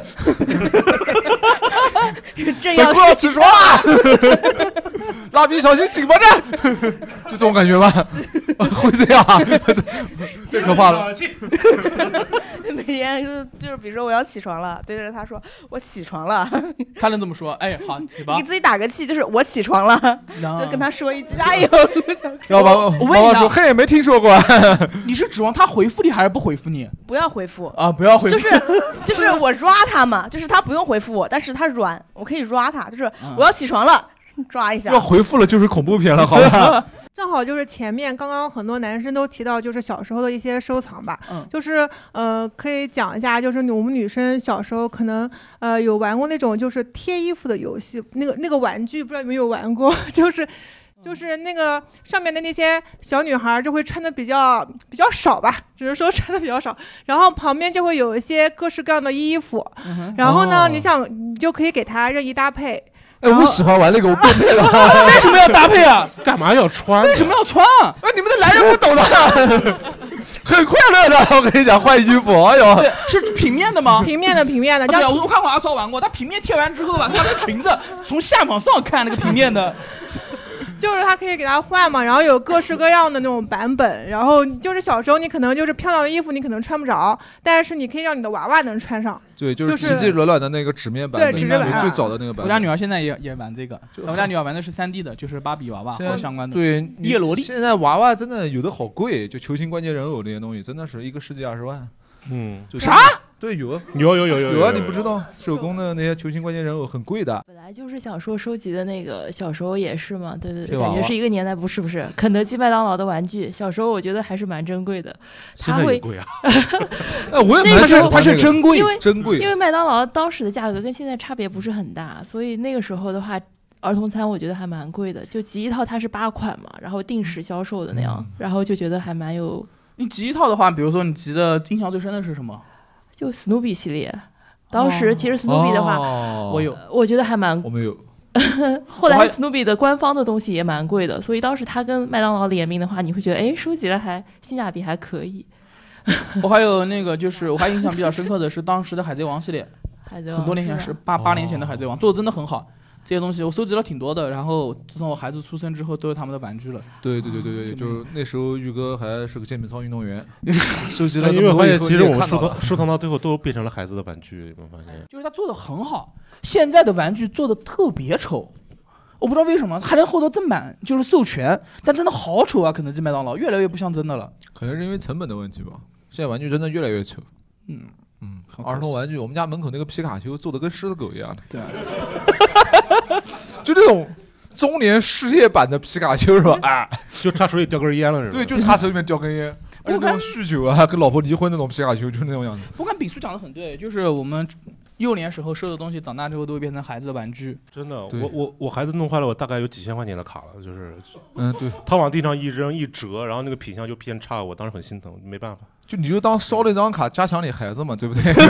正要起床啦！蜡笔小新警报站，就这种感觉吗？会这样啊？太可怕了！ 每天就是比如说我要起床了，对着他说我起床了， 他能这么说？哎，好，起吧。 你自己打个气，就是我起床了，就跟他说一句加油。 然后妈妈说：“嘿，没听说过。” 你是指望他回复你还是不回复你？ 不要回复啊！不要回复。 就是我抓他嘛，就是他不用回复我，但是他软，我可以抓他，就是我要起床了，抓一下。 要回复了就是恐怖片了，好吧？ 正好就是前面刚刚很多男生都提到，就是小时候的一些收藏吧，就是可以讲一下，就是我们女生小时候可能有玩过那种就是贴衣服的游戏，那个玩具不知道有没有玩过，就是那个上面的那些小女孩就会穿的比较少吧，只是说穿的比较少，然后旁边就会有一些各式各样的衣服，然后呢，你就可以给她任意搭配。 哎，我喜欢玩那个，我变态了。 为什么要搭配啊？ 干嘛要穿？ 为什么要穿啊？ 哎，你们的男人不懂的，很快乐的。我跟你讲，换衣服，哎呦， 对，是平面的吗？ 平面的。 对，我看过阿超玩过，他平面贴完之后吧，他的裙子从下往上看那个平面的。 就是它可以给它换嘛，然后有各式各样的那种版本，然后就是小时候你可能就是漂亮的衣服你可能穿不着，但是你可以让你的娃娃能穿上。 对，就是奇迹软软的那个纸面版本， 对，纸面版最早的那个版本。 我家女儿现在也玩这个，我家女儿玩的是3D 的，就是芭比娃娃和相关的。 对， 叶罗丽。 现在娃娃真的有的好贵，就球形关节人偶那些东西，真的是1个10几20万。 啥？ 对，有啊，你不知道，手工的那些球形关节人偶很贵的。 本来就是想说收集的那个，小时候也是嘛，对，感觉是一个年代，不是？肯德基、麦当劳的玩具，小时候我觉得还是蛮珍贵的。 现在也贵啊。 我也蛮喜欢它是珍贵， 因为麦当劳当时的价格跟现在差别不是很大，所以那个时候的话，儿童餐我觉得还蛮贵的，就集一套它是8款嘛，然后定时销售的那样，然后就觉得还蛮有。 你集一套的话，比如说你集的印象最深的是什么？ 就史努比系列，当时其实史努比的话，我觉得还蛮， 我没有。 后来史努比的官方的东西也蛮贵的，所以当时他跟麦当劳联名的话，你会觉得哎，收集了还性价比还可以。 我还有那个就是我还印象比较深刻的是当时的海贼王系列， 海贼王很多年前是8年前的海贼王，做的真的很好。这些东西我收集了挺多的，然后自从我孩子出生之后都是他们的玩具了。 对，就那时候宇哥还是个健美操运动员，收集了。 因为我发现其实我们收藏到最后都变成了孩子的玩具，有没有发现？ 就是他做的很好，现在的玩具做的特别丑，我不知道为什么还能获得正版就是授权，但真的好丑啊！肯德基、麦当劳越来越不像真的了， 可能是因为成本的问题吧。现在玩具真的越来越丑。儿童玩具，我们家门口那个皮卡丘做的跟狮子狗一样的。 对。 就那种中年事业版的皮卡丘是吧？啊， 就差手里叼根烟了是吧？ 对，就差手里面叼根烟，而且那种酗酒啊，跟老婆离婚那种皮卡丘就那种样子。 不过比叔讲的很对，就是我们幼年时候收的东西，长大之后都会变成孩子的玩具。 真的，我孩子弄坏了，我大概有几千块钱的卡了，就是， 对， 他往地上一扔一折，然后那个品相就偏差，我当时很心疼，没办法。 你就当烧了一张卡加强你孩子嘛，对不对？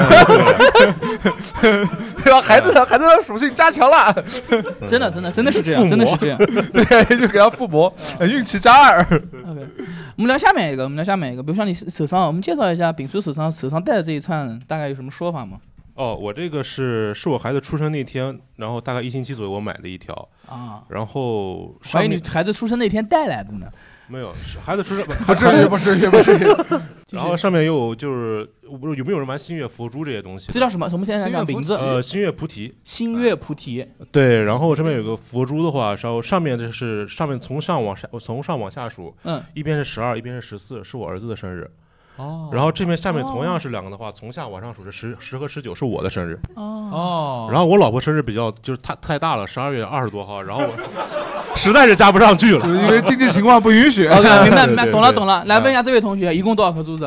对吧？孩子的属性加强了， 真的是这样，真的是这样。 对，就给他附魔，运气加2。 OK， 我们聊下面一个，比如说你手上，我们介绍一下丙叔手上戴的这一串大概有什么说法吗？ 我这个是我孩子出生那天，然后大概1星期左右我买了一条啊， 然后怀疑你孩子出生那天带来的呢？ 没有，孩子出生不至于。 然后上面又有就是我不知道有没有人玩星月佛珠这些东西？ 这叫什么？我们现在讲名字。 星月菩提。 星月菩提。 对，然后这边有个佛珠的话，然后上面从上往下数，一边是12，一边是14，是我儿子的生日。 然后这面下面同样是2个的话，从下往上数是10和19是我的生日。 哦。 然后我老婆生日比较就是太大了，12月20多号，然后我实在是加不上去了， 因为经济情况不允许。 OK， 明白，懂了。来问一下这位同学，一共多少颗珠子？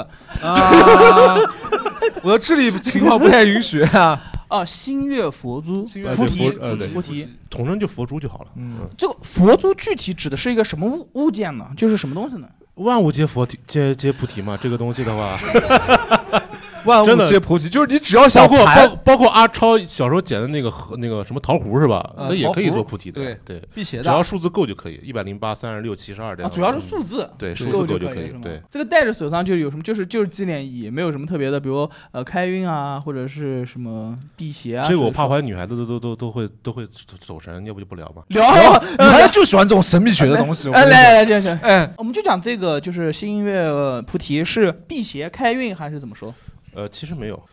我的智力情况不太允许啊。 星月佛珠，菩提， 统称就佛珠就好了。 这个佛珠具体指的是一个什么物件呢？就是什么东西呢？ 万物皆菩提嘛，这个东西的话， 万物皆菩提，就是你只要想包括阿超小时候捡的那个什么桃核是吧？那也可以做菩提的，对， 辟邪的， 只要数字够就可以，108、36、72这样。 主要是数字， 对，数字够就可以。对， 这个戴着手上就有什么，就是纪念意义，没有什么特别的，比如开运啊，或者是什么辟邪啊。 这个我怕怀女孩子都会走神，要不就不聊吧。 聊，女孩子就喜欢这种神秘学的东西。 来，行，我们就讲这个，就是星月菩提是辟邪开运还是怎么说？ 其实没有，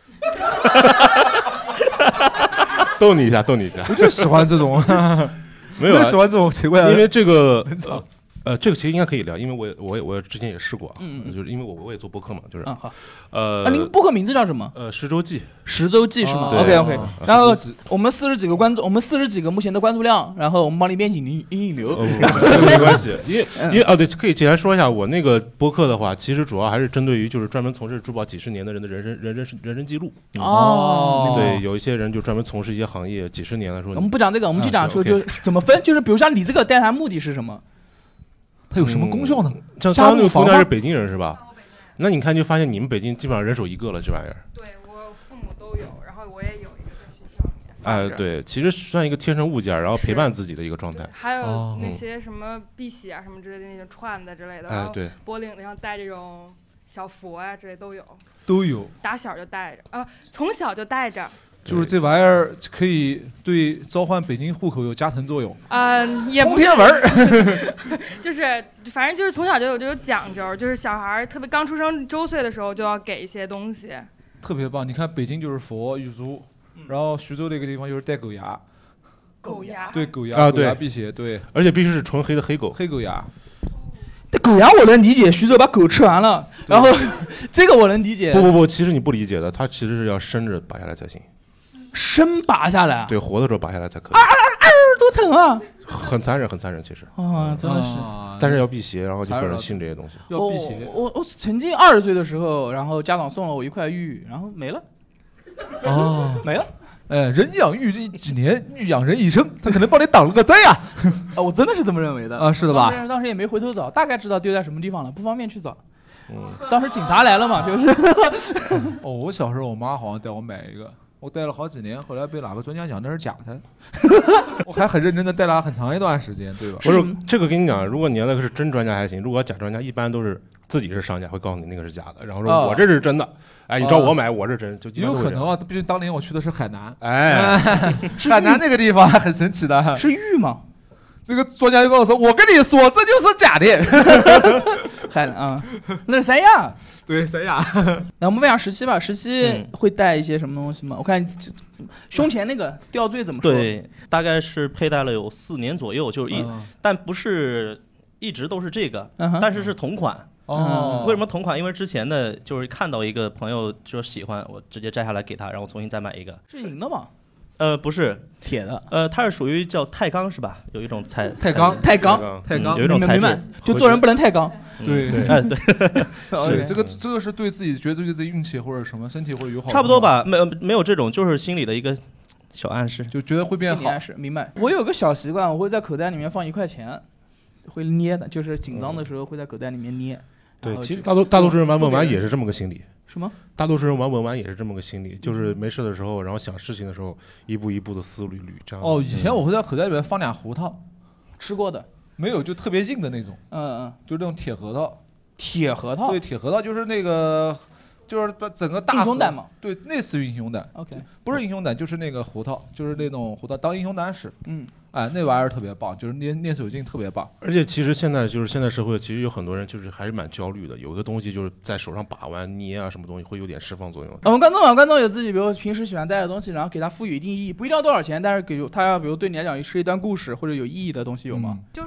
逗你一下。 我就喜欢这种， 没有喜欢这种奇怪的， 因为这个这个其实应该可以聊，因为我之前也试过，就是因为我也做播客嘛，就是好，您播客名字叫什么 ？10周记是吗？OK， 然后我们40几个观众，我们40几个目前的关注量，然后我们帮你编辑引流， 没关系，因为对，可以简单说一下我那个播客的话，其实主要还是针对于就是专门从事珠宝几十年的人的人生记录。对，有一些人就专门从事一些行业几十年了，说我们不讲这个，我们就讲说就怎么分，就是比如像你这个带它目的是什么？ 它有什么功效呢？ 像刚刚那个姑娘是北京人是吧？那你看就发现你们北京基本上人手一个了，这玩意儿。 对，我父母都有，然后我也有一个在学校里面。 对，其实算一个贴身物件，然后陪伴自己的一个状态。 还有那些什么碧玺啊什么之类的那种串的之类的， 对， 脖领子上戴这种小佛啊之类都有。打小就戴着从小就戴着。 就是这玩意儿可以对召唤北京户口有加成作用。 也不是。 通天文就是反正就是从小就有这种讲究，就是小孩特别刚出生周岁的时候就要给一些东西。 特别棒，你看北京就是佛玉珠，然后徐州那个地方就是带狗牙。对，狗牙对辟邪，对， 而且必须是纯黑的黑狗牙。 狗牙我能理解，徐州把狗吃完了，然后这个我能理解。 不，其实你不理解的，它其实是要生着拔下来才行。 生拔下来？ 对，活的时候拔下来才可以。 多疼啊！ 很残忍，其实。 真的是。 但是要辟邪，然后就有人信这些东西。 要辟邪。 我曾经20岁的时候，然后家长送了我一块玉，然后没了。没了。 人养玉这几年，玉养人一生，他可能帮你挡了个灾呀。 我真的是这么认为的。 是的吧？ 当时也没回头找，大概知道丢在什么地方了，不方便去找。当时警察来了嘛，就是。 我小时候我妈好像带我买一个。我戴了好几年，后来被哪个专家讲那是假的，我还很认真的戴了很长一段时间，对吧？ 不是这个跟你讲，如果你那个是真专家还行，如果假专家一般都是自己是商家会告诉你那个是假的，然后说我这是真的，你找我买我是真，就有可能啊，毕竟当年我去的是海南， 海南那个地方很神奇的， 是玉吗？ 那个专家就跟我说，我跟你说这就是假的。 海南那是三亚。 对，三亚。 那我们问下17吧，17会带一些什么东西吗？我看胸前那个吊坠怎么说？ 对，大概是佩戴了有4年左右，就是但不是一直都是这个，但是是同款。为什么同款？因为之前的就是看到一个朋友就喜欢，我直接摘下来给他，然后重新再买一个。 是银的吗？ 不是铁的， 它是属于叫钛钢是吧？有一种钛钢， 有一种材质， 就做人不能太刚。 对， 是这个是对自己觉得对自己运气或者什么身体会有好， 差不多吧，没有这种，就是心里的一个小暗示， 就觉得会变好。 暗示，明白。我有个小习惯，我会在口袋里面放1块钱，会捏的，就是紧张的时候会在口袋里面捏。 对，其实大多数人玩文玩也是这么个心理。 什么？ 大多数人玩文玩也是这么个心理，就是没事的时候，然后想事情的时候，一步一步的思虑这样。 以前我会在口袋里面放俩胡桃， 吃过的。 没有，就特别硬的那种。就那种铁核桃。 铁核桃？ 对，铁核桃就是那个，就是把整个大英雄胆嘛。 对，类似于英雄胆。 OK， 不是英雄胆，就是那个胡桃，就是那种胡桃当英雄胆使。那玩意儿特别棒，就是捏手劲特别棒。 而且其实现在社会，其实有很多人就是还是蛮焦虑的，有个东西就是在手上把玩捏啊，什么东西会有点释放作用。 我们观众有自己，比如平时喜欢带的东西，然后给他赋予一定意义，不一定要多少钱，但是给他，比如对你来讲是一段故事或者有意义的东西有吗？ 就是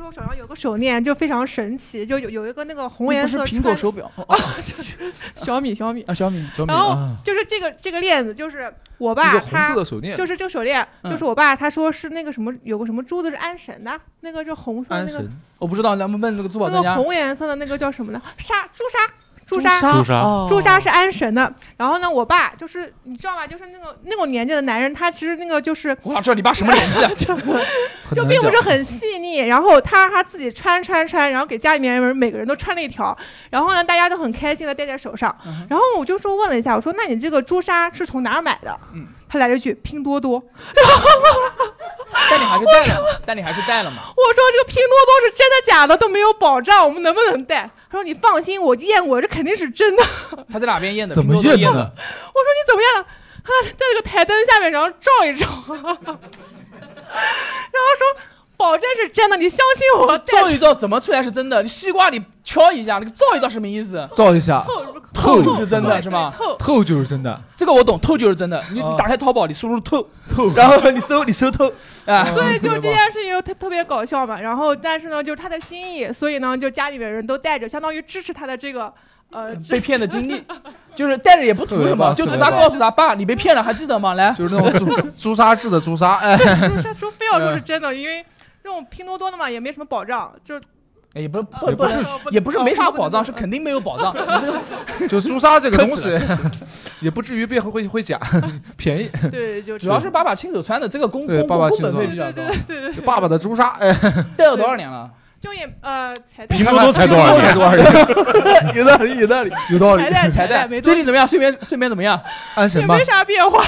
时我手上有个手链，就非常神奇，就有一个那个红颜色。 不是苹果手表， 小米啊，小米。 然后就是这个链子，就是我爸他就是这个手链，就是我爸他说是那个什么有个什么珠子是安神的，那个就红色那个。 我不知道，咱们问那个珠宝专家。 那个红颜色的那个叫什么呢？朱砂是安神的。然后呢，我爸就是你知道吧，就是那种年纪的男人，他其实那个就是， 我想知道你爸什么年纪啊？ 就并不是很细腻。然后他自己穿，然后给家里面人每个人都穿了一条。然后呢，大家都很开心的戴在手上。然后我就问了一下，我说那你这个朱砂是从哪儿买的？他来了一句拼多多。 但你还是戴了嘛？ 我说这个拼多多是真的假的都没有保障，我们能不能戴？他说你放心，我验过，这肯定是真的。 他在哪边验的？ 怎么验的？我说你怎么样？他在那个台灯下面，然后照一照，然后说保证是真的，你相信我。 照一照怎么出来是真的？你西瓜你敲一下，那个照一照什么意思？ 照一下， 透是真的是吗？ 透就是真的， 这个我懂，透就是真的。你打开淘宝，你输入透，然后你搜透啊。 所以就这件事情特别搞笑嘛。然后但是呢，就是他的心意，所以呢，就家里面人都带着，相当于支持他的这个被骗的经历。就是带着也不图什么，就他告诉他爸，你被骗了，还记得吗？来， 就是那种朱砂制的朱砂， 说非要说是真的，因为这种拼多多的嘛，也没什么保障，就。 也不是没什么保障，是肯定没有保障。 就朱砂这个东西，也不至于会假，便宜。 对，就主要是爸爸亲手穿的，这个工本费比较高。 对， 爸爸的朱砂， 戴了多少年了？ 就也才拼多多才多少年？ 有道理。 才戴。最近怎么样？睡眠怎么样？ 安神吧？ 也没啥变化。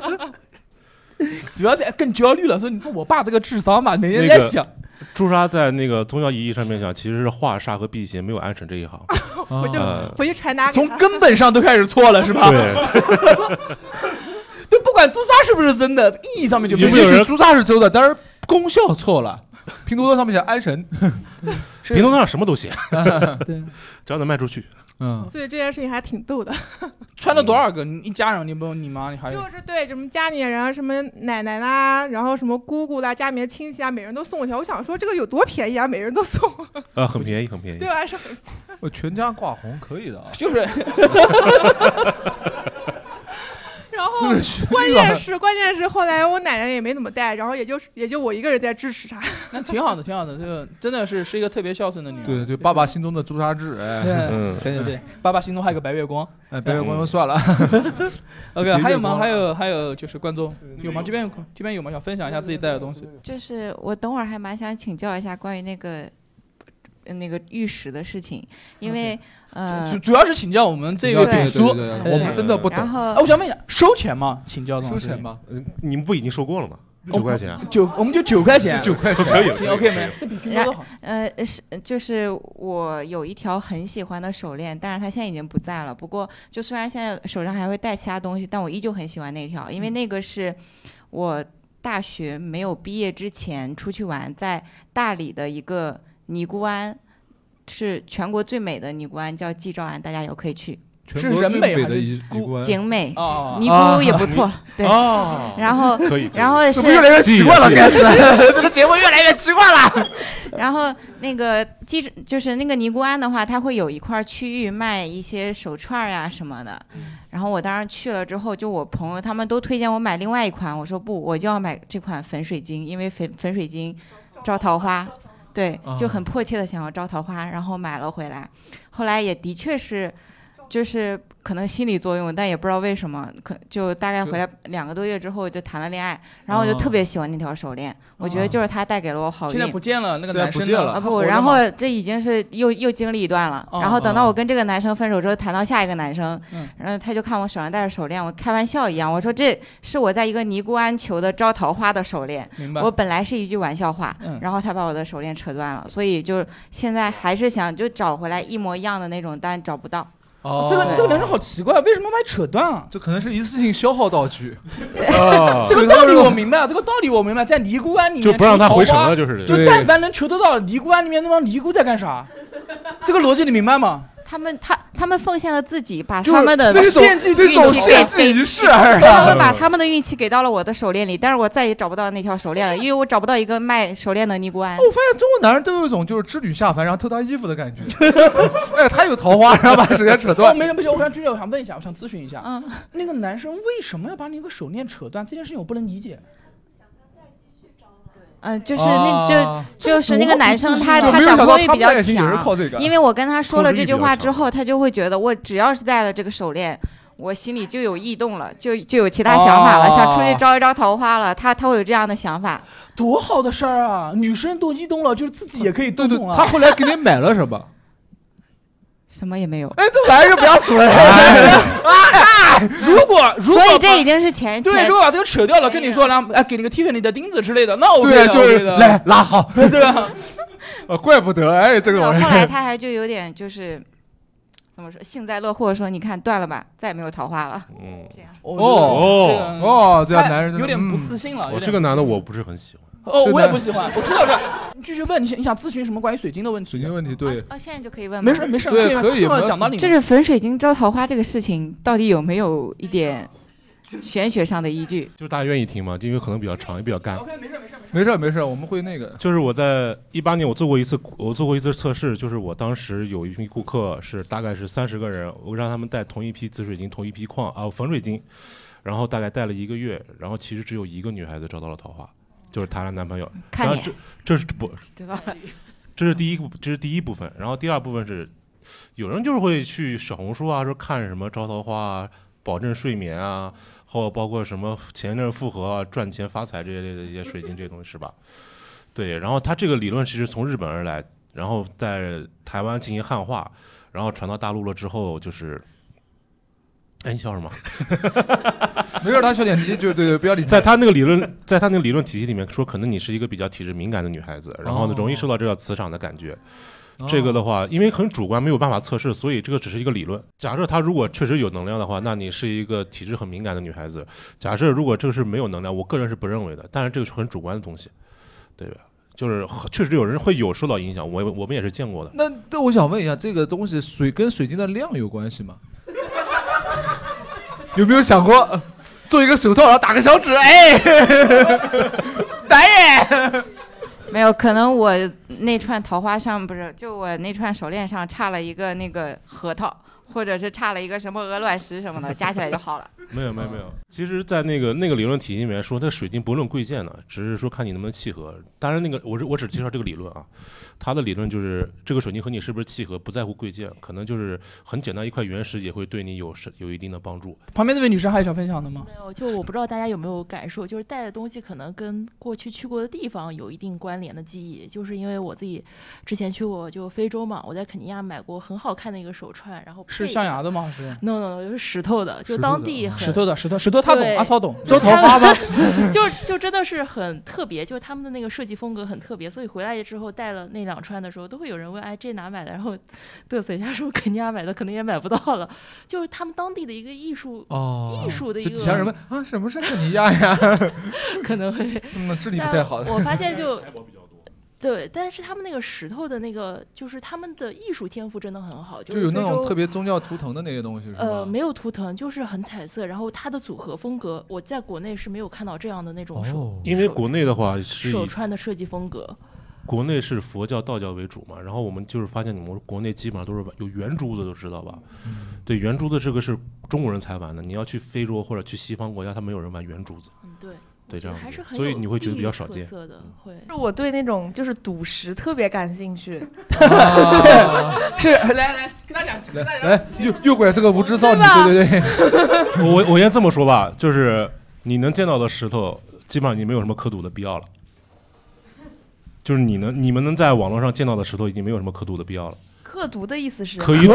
主要更焦虑了，说你说我爸这个智商嘛，每天在想。 朱砂在那个宗教意义上面讲，其实是化煞和辟邪，没有安神这一行。 回去传达。 从根本上都开始错了，是吧？ 对。 都不管朱砂是不是真的，意义上面就没有。朱砂是真的，但是功效错了。拼多多上面写安神， 拼多多上什么都写， 对， 只要能卖出去。 所以这件事情还挺逗的。 穿了多少个？你一家人，你不你妈，你还有就是对什么家里人，什么奶奶啦，然后什么姑姑啦，家里面亲戚啊，每人都送一条。我想说这个有多便宜啊，每人都送。 很便宜，很便宜。 对吧？是很。 我全家挂红可以的啊。 就是。 然后关键是后来我奶奶也没怎么带，然后也就我一个人在支持她。 那挺好的，挺好的，这个真的是一个特别孝顺的女儿。 对，爸爸心中的朱砂痣， 对，爸爸心中还有个白月光， 白月光就算了。 OK， 还有吗？还有就是观众有吗？这边有吗？想分享一下自己带的东西。 就是我等会儿还蛮想请教一下关于那个玉石的事情，因为主要是请教我们这个读书， 我们真的不懂。 然后我想问一下，收钱吗？请教收钱吗？ 你们不已经收过了吗？9块钱， 我们就9块钱 ，9块钱可以行 ，OK 没？这比拼多多好。 就是我有一条很喜欢的手链，但是它现在已经不在了。不过就虽然现在手上还会戴其他东西，但我依旧很喜欢那条，因为那个是我大学没有毕业之前出去玩，在大理的一个尼姑庵，是全国最美的尼姑庵，叫季兆庵，大家有可以去。 是人美还是景美？尼姑也不错，对。然后是越来越奇怪了，开始这个节目越来越奇怪了。 然后那个就是那个尼姑庵的话，它会有一块区域卖一些手串呀什么的。然后我当时去了之后，就我朋友他们都推荐我买另外一款，我说不，我就要买这款粉水晶，因为粉水晶招桃花。对，就很迫切的想要招桃花，然后买了回来。后来也的确是，就是可能心理作用，但也不知道为什么，就大概回来2个多月之后就谈了恋爱，然后我就特别喜欢那条手链，我觉得就是它带给了我好运。 现在不见了，那个男生了不，然后这已经是又经历一段了，然后等到我跟这个男生分手之后，谈到下一个男生，然后他就看我手上戴着手链，我开玩笑一样，我说这是我在一个尼姑庵求的招桃花的手链，我本来是一句玩笑话，然后他把我的手链扯断了，所以就现在还是想就找回来一模一样的那种，但找不到。 这个男生好奇怪，为什么把你扯断啊？ 这可能是一次性消耗道具。 这个道理我明白，在尼姑庵里面就不让他回城了，就是就但凡能求得到尼姑庵里面那帮尼姑在干啥？这个逻辑你明白吗？ 他们奉献了自己，把他们的献祭仪式， 他们把他们的运气给到了我的手链里，但是我再也找不到那条手链了，因为我找不到一个卖手链的尼姑庵。 我发现中国男人都有一种就是织女下凡然后偷她衣服的感觉。哎，他有桃花，然后把手链扯断。 没事不行，我想问一下，我想咨询一下，那个男生为什么要把你那个手链扯断？这件事情我不能理解。 就是那个男生他掌控欲比较强，因为我跟他说了这句话之后，他就会觉得我只要是戴了这个手链，我心里就有异动了，就有其他想法了，想出去招一招桃花了，他会有这样的想法。 多好的事儿啊！女生都异动了，就是自己也可以动动啊。 他后来给你买了什么？ 什么也没有。 哎，这玩意儿不要说了。 如果所以这已经是前对，如果把这个扯掉了，跟你说，然后给你个 Tiffany 的钉子之类的，那 OK 的，对，就是来拉好， 对吧？ 怪不得哎，这个玩意儿。 后来他还就有点就是怎么说，幸灾乐祸，说你看断了吧，再也没有桃花了。这样。 这样男人有点不自信了。 这个男的我不是很喜欢。 我也不喜欢，我知道这。你继续问，你想咨询什么关于水晶的问题？ 水晶问题，对。 现在就可以问吗？ 没事， 对，可以讲到你。 就是粉水晶招桃花这个事情，到底有没有一点玄学上的依据？ 就是大家愿意听嘛，因为可能比较长，也比较干。 OK，没事， 我们会那个。 就是我在18年我做过一次测试，就是我当时有一批顾客是大概是30个人，我让他们带同一批紫水晶、同一批粉水晶，然后大概带了1个月，然后其实只有1个女孩子找到了桃花。就是谈了男朋友， 看然后这是不知道了， 这是第一部分，然后第二部分是，有人就是会去小红书啊，说看什么招桃花啊，保证睡眠啊，或包括什么前任复合啊，赚钱发财这些类的一些水晶这些东西是吧？对，然后他这个理论其实从日本而来，然后在台湾进行汉化，然后传到大陆了之后就是。哎，你笑什么？ 没事，他笑点低，对，不要理。 在他那个理论体系里面说，可能你是一个比较体质敏感的女孩子，然后呢容易受到这个磁场的感觉。这个的话，因为很主观，没有办法测试，所以这个只是一个理论。假设他如果确实有能量的话，那你是一个体质很敏感的女孩子。假设如果这个是没有能量，我个人是不认为的，但是这个是很主观的东西，对吧？就是确实有人会有受到影响，我们也是见过的。 那我想问一下，这个东西跟水晶的量有关系吗？有没有想过做一个手套，然后打个小指？哎，男人没有，可能我那串桃花上不是，就我那串手链上差了一个那个核桃，或者是差了一个什么鹅卵石什么的，加起来就好了。 没有。其实，在那个理论体系里面说，它水晶不论贵贱呢，只是说看你能不能契合。当然，我只介绍这个理论啊。他的理论就是这个水晶和你是不是契合，不在乎贵贱，可能就是很简单一块原石也会对你有一定的帮助。 旁边这位女士还有想分享的吗？ 没有，就我不知道大家有没有感受，就是带的东西可能跟过去去过的地方有一定关联的记忆，就是因为我自己之前去过就非洲嘛，我在肯尼亚买过很好看的一个手串，然后是象牙的吗？是 ？No， 就是石头的，就当地石头，他懂，阿骚懂， 招桃花吗？ 就真的是很特别，就是他们的那个设计风格很特别，所以回来之后带了那2串的时候，都会有人问，哎，这哪买的？然后嘚瑟一下说肯尼亚买的，可能也买不到了，就是他们当地的一个艺术的一个。 就底下人问啊，什么是肯尼亚呀？ 可能会， 智力不太好。 我发现就。对，但是他们那个石头的那个，就是他们的艺术天赋真的很好， 就有那种特别宗教图腾的那些东西，是吧？ 没有图腾，就是很彩色，然后它的组合风格，我在国内是没有看到这样的那种因为国内的话是手串的设计风格。 国内是佛教、道教为主嘛，然后我们就是发现，你们国内基本上都是有圆珠子，都知道吧？对，圆珠子这个是中国人才玩的，你要去非洲或者去西方国家，他没有人玩圆珠子。对，这样子，所以你会觉得比较少见。 我对那种就是赌石特别感兴趣。 是来跟他讲， 来诱拐这个无知少女，对。 我先这么说吧，就是你能见到的石头，基本上你没有什么可赌的必要了。就是你们能在网络上见到的石头，已经没有什么可赌的必要了。 可赌的意思是可以赌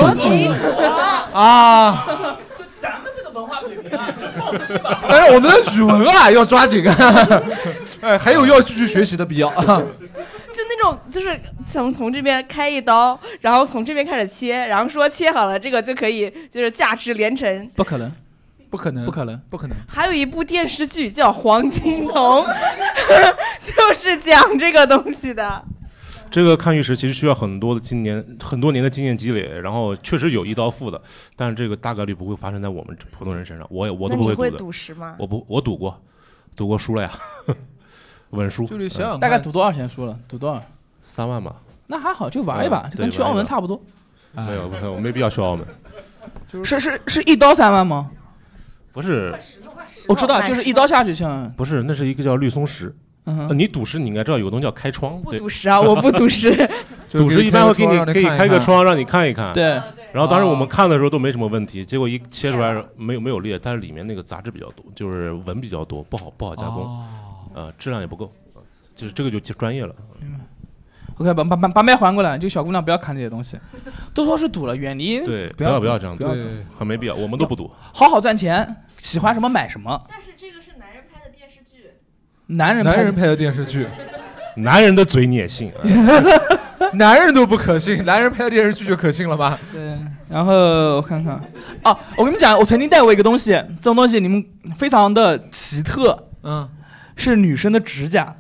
啊。 就咱们这个文化水平啊，就放弃吧。 但是我们的语文啊要抓紧啊，哎，还有要继续学习的必要。就那种就是从这边开一刀，然后从这边开始切，然后说切好了这个就可以就是价值连城。 不可能。 还有一部电视剧叫《黄金瞳》，就是讲这个东西的。 这个看玉石其实需要很多年的经验积累，然后确实有一刀付的，但是这个大概率不会发生在我们普通人身上，我都不会赌的。 那你会赌石吗？ 我赌过输了呀，稳输。 就是想想大概赌多少钱输了？赌多少 ？3万吧。 那还好，就玩一把，就跟去澳门差不多。 没有，我没必要去澳门。 是一刀3万吗？ 不是， 我知道，就是一刀下去像。 不是，那是一个叫绿松石。你赌石，你应该知道有个东西叫开窗。 不赌石啊，我不赌石。 赌石一般会给你开个窗让你看一看。 对。 然后当时我们看的时候都没什么问题，结果一切出来没有裂，但是里面那个杂质比较多，就是纹比较多，不好加工，质量也不够，就是这个就专业了。 OK， 把麦还过来，就小姑娘不要看这些东西，都说是赌了，远离。 对，不要这样赌，很没必要，我们都不赌。 好好赚钱，喜欢什么买什么。 但是这个是男人拍的电视剧。 男人拍的电视剧， 男人的嘴你也信？ 男人都不可信，男人拍的电视剧就可信了吧？ 对。然后我看看，我跟你们讲，我曾经带过一个东西，这种东西你们非常的奇特，是女生的指甲。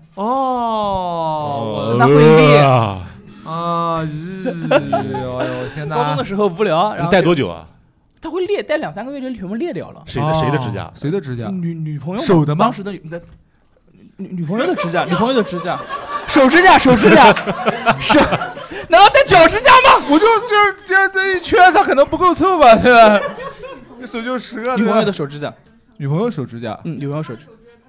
它会裂啊！哎呦天哪！ 高中的时候无聊，然后你戴多久啊？ 它会裂，戴2-3个月就全部裂掉了。 谁的指甲？ 谁的指甲？ 女朋友手的吗？ 当时的女朋友的指甲，女朋友的指甲，手指甲，手，难道戴脚指甲吗？ 我就是这一圈，它可能不够凑吧，对吧？你手就10个。 女朋友的手指甲， 女朋友手指甲， 女朋友手指。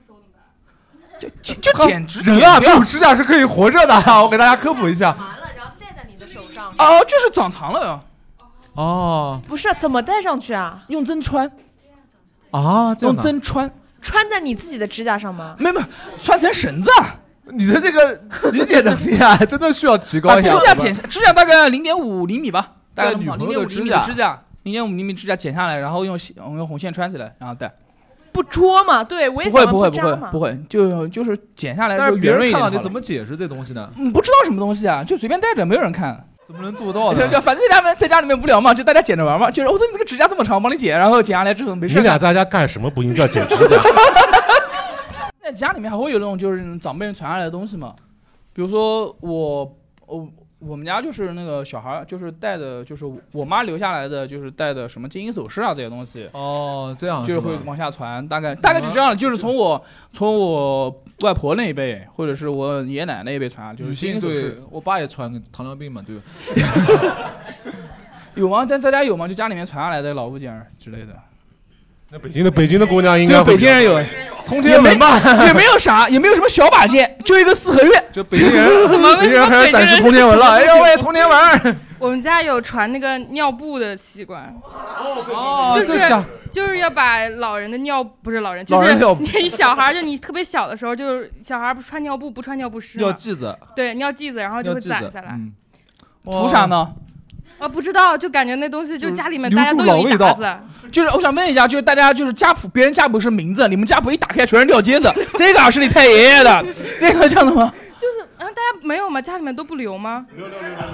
就剪指人啊，没有指甲是可以活着的。我给大家科普一下。 完了，然后戴在你的手上。 就是长长了呀。 不是，怎么戴上去啊？ 用针穿。 用针穿在你自己的指甲上吗？ 没有，穿成绳子。 你的这个理解能力啊，真的需要提高一下。 指甲大概0.5厘米吧，大概女朋 0.5 友的厘米的指甲，0.5厘米指甲剪下来，然后用红线穿起来，然后戴。 不戳嘛？对，我也想不会，就是剪下来之后圆润一点。 看到你怎么解释这东西呢？ 不知道什么东西啊，就随便戴着，没有人看。 怎么能做到呢？ 反正他们在家里面无聊嘛，就大家剪着玩嘛。就是我说你这个指甲这么长，我帮你剪，然后剪下来之后没事。 你俩在家干什么不一定叫剪指甲？ 在家里面还会有那种就是长辈人传下来的东西嘛，比如说我们家就是那个小孩就是戴的，就是我妈留下来的，就是戴的什么金银首饰啊这些东西。 这样就是会往下传，大概就这样，就是从我外婆那一辈，或者是我爷爷奶奶那一辈传，就是金银首饰。 我爸也传糖尿病嘛，对吧？ 有吗？在家有吗？就家里面传下来的老物件之类的。 那北京的姑娘应该北京人有。 通天门吧， 也没有啥，也没有什么小把件，就一个4合院。 就北京人开始展示通天文了。哎呦喂，通天文！ 我们家有传那个尿布的习惯，就是要把老人的不是老人，就是你小孩，就你特别小的时候，就是小孩不穿尿布不穿尿不湿， 尿剂子， 对，尿剂子，然后就会攒下来。 图啥呢？ 不知道，就感觉那东西就家里面大家都有一沓子。 就是我想问一下，就是大家就是家谱，别人家谱是名字，你们家谱一打开全是尿疖子，这个是你太爷爷的，这个这样的吗？ 就是大家没有吗？家里面都不留吗？ 留，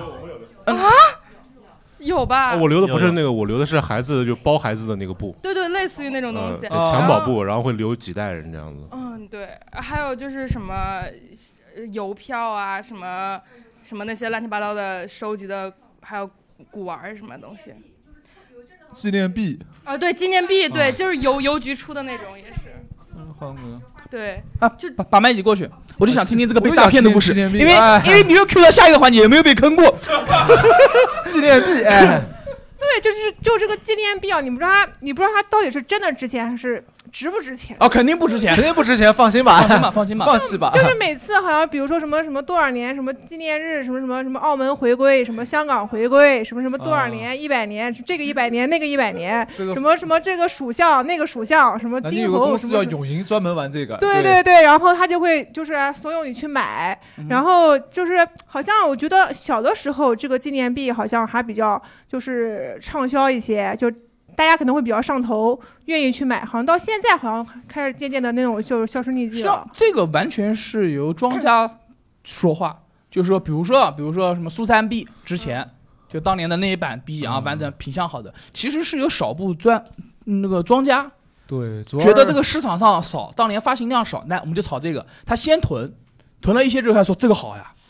有吧？ 我留的不是那个，我留的是孩子就包孩子的那个布。 对，类似于那种东西， 襁褓布，然后会留几代人这样子。 对，还有就是什么邮票啊，什么那些乱七八糟的收集的，还有古玩什么东西。 纪念币对，纪念币，对，就是邮局出的那种，也是。对就把麦一起过去，我就想听听这个被诈骗的故事，因为你又 Q 到下一个环节，有没有被坑过？ 纪念币， 对，就这个纪念币啊，你不知道它到底是真的值钱还是值不值钱？ 肯定不值钱， 放心吧， 放心吧， 放弃吧。 就是每次好像比如说什么多少年什么纪念日，什么澳门回归，什么香港回归，什么多少年100年，这个100年那个100年，什么这个属相那个属相，什么今后公司叫永银专门玩这个。 对，然后他就会就是怂恿你去买，然后就是好像我觉得小的时候这个纪念币好像还比较就是畅销一些，就大家可能会比较上头，愿意去买。好像到现在好像开始渐渐的那种就是销声匿迹了。 这个完全是由庄家说话，就是说，比如说什么苏三 B 之前，就当年的那一版 B 啊，完整品相好的，其实是有少部那个庄家对觉得这个市场上少，当年发行量少，那我们就炒这个。他先囤了一些之后，他说这个好呀，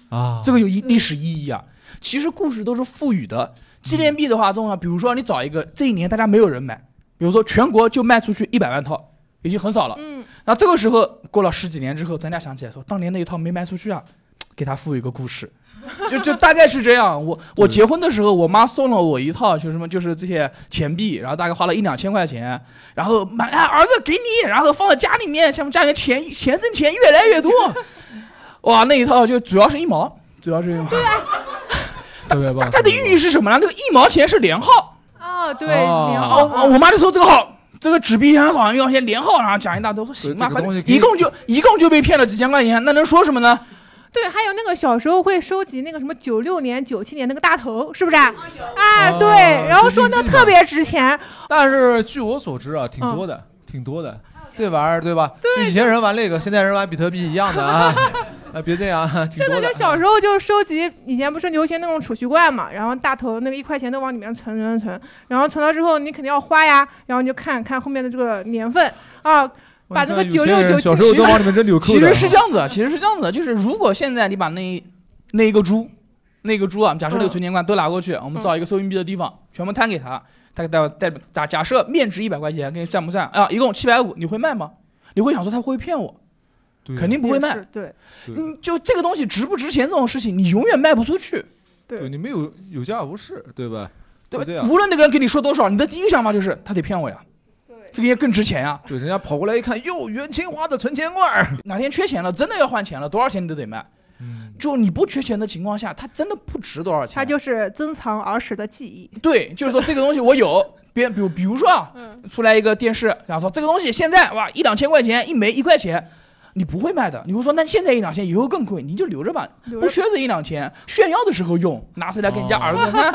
啊，这个有历史意义啊。其实故事都是赋予的。纪念币的话，这种比如说你找一个这一年大家没有人买，比如说全国就卖出去100万套，已经很少了。那这个时候过了10几年之后，咱俩想起来说，当年那一套没卖出去啊，给他赋予一个故事。就大概是这样。我结婚的时候，我妈送了我一套，就是这些钱币，然后大概花了1、2千块钱，然后儿子给你，然后放在家里面，像家里面钱生钱越来越多。哇，那一套就主要是1毛，主要是1毛。对啊。它的寓意是什么呢？那个1毛钱是连号。 哦，对，连号。 我妈就说这个号。这个纸币好像要先连号，然后讲一大堆，说行吧，一共就被骗了几千块钱，那能说什么呢？ 对，还有那个小时候会收集那个什么96年、97年那个大头，是不是？对，然后说那特别值钱。 但是据我所知啊，挺多的，这玩意儿对吧？就以前人玩那个，现在人玩比特币一样的啊。别这样，挺多的。 真的就小时候就收集，以前不是流行那种储蓄罐嘛，然后大头那个1块钱都往里面存，然后存了之后你肯定要花呀，然后你就看看后面的这个年份啊，把那个96、97 小时候都往里面扔纽扣的。 其实是这样子，就是如果现在你把那一个猪啊，假设那个存钱罐都拿过去，我们找一个收银币的地方，全部摊给他假设面值100块钱，给你算不算啊？一共750，你会卖吗？你会想说他会骗我？肯定不会卖。 对， 就这个东西值不值钱这种事情，你永远卖不出去。 对，你没有价无市，对吧？ 对吧？无论那个人跟你说多少，你的第一个想法就是他得骗我呀。这个也更值钱呀。 对，人家跑过来一看，哟，袁清华的存钱罐， 哪天缺钱了，真的要换钱了，多少钱你都得卖。就你不缺钱的情况下，它真的不值多少钱。 它就是珍藏儿时的记忆。 对，就是说这个东西我有。比如说啊，出来一个电视，然后说这个东西现在哇1、2千块钱一枚1块钱。你不会卖的，你会说那现在1、2千以后更贵，你就留着吧，不缺这1、2千，炫耀的时候用，拿出来给人家儿子看，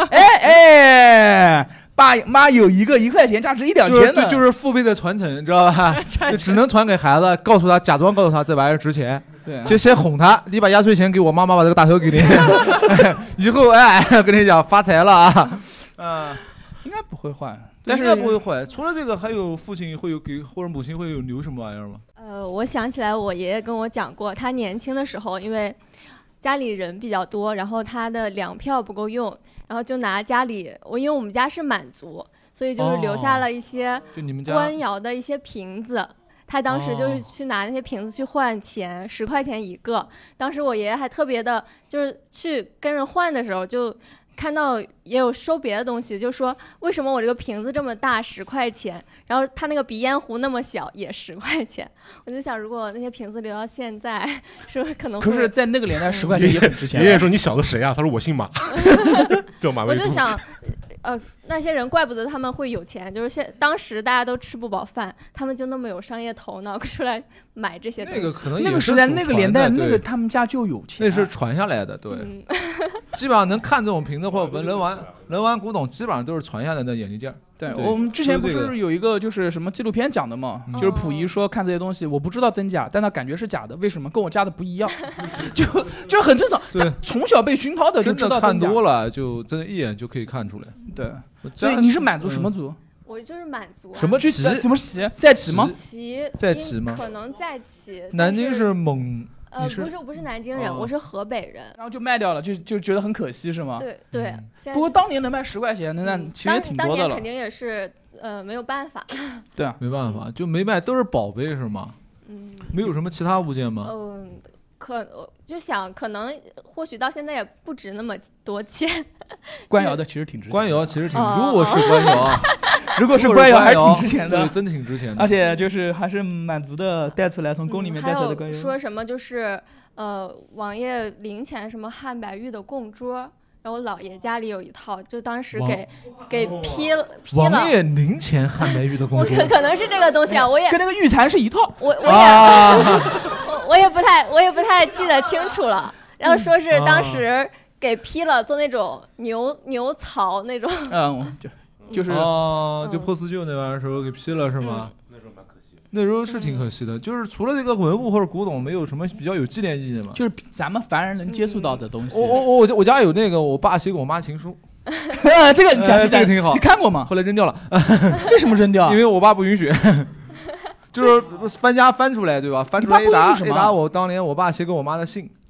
爸妈有一个1块钱价值1、2千的， 就是父辈的传承，你知道吧？就只能传给孩子，假装告诉他这玩意儿值钱， 对， 就先哄他，你把压岁钱给我，妈妈把这个大头给你，以后跟你讲发财了啊， 应该不会换。 但是应该不会坏。除了这个，还有父亲会有给或者母亲会有留什么玩意儿吗？ 我想起来，我爷爷跟我讲过，他年轻的时候，因为家里人比较多，然后他的粮票不够用，然后就拿家里因为我们家是满族，所以就是留下了一些官窑的一些瓶子。他当时就是去拿那些瓶子去换钱，10块钱一个。当时我爷爷还特别的，就是去跟人换的时候就。看到也有收别的东西，就说为什么我这个瓶子这么大10块钱，然后他那个鼻烟壶那么小也10块钱，我就想如果那些瓶子留到现在，是不是可能会？ 可是，在那个年代10块钱也很值钱。 爷爷说你小个谁啊？他说我姓马，叫马未都。 我就想，那些人怪不得他们会有钱，就是当时大家都吃不饱饭，他们就那么有商业头脑出来买这些东西。 那个可能那个时代那个年代那个他们家就有钱， 那是传下来的，对。基本上能看这种瓶子或者能玩古董，基本上都是传下来的眼力劲儿。 对，我们之前不是有一个就是什么纪录片讲的嘛，就是溥仪说看这些东西，我不知道真假，但他感觉是假的，为什么？跟我家的不一样，就是很正常。对，从小被熏陶的就知道真假。 看多了就真的一眼就可以看出来。 对，所以你是满族什么族？ 我就是满族。 什么旗？ 怎么旗？在旗吗？ 在旗吗？ 可能在旗。 南京是蒙。 不是南京人，我是河北人。 然后就卖掉了，就觉得很可惜是吗？ 对。 不过当年能卖10块钱，那其实也挺多的了。 当年肯定也是没有办法。 对啊， 没办法，就没卖，都是宝贝是吗？没有什么其他物件吗？ 就想可能或许到现在也不值那么多钱。 官窑的其实挺值钱。 官窑其实挺，如果是官窑， 如果是官窑还是挺值钱的， 对，真的挺值钱的。 而且就是还是满族的带出来，从宫里面带出来的官窑。 还有说什么就是王爷陵前什么汉白玉的供桌。然后我姥爷家里有一套，就当时给批了。 王爷陵前汉白玉的供桌， 可能是这个东西啊，我也跟那个玉蚕是一套。 我也不太记得清楚了。然后说是当时给批了，做那种牛槽那种。 就是就破四旧那玩意儿时候给批了是吗？那时候是挺可惜的，就是除了这个文物或者古董，没有什么比较有纪念意义的嘛。 就是咱们凡人能接触到的东西。 我家有那个我爸写给我妈情书， 这个讲这个挺好。 你看过吗？ 后来扔掉了。 为什么扔掉？ 因为我爸不允许。就是翻家翻出来对吧？翻出来一沓我当年我爸写给我妈的信。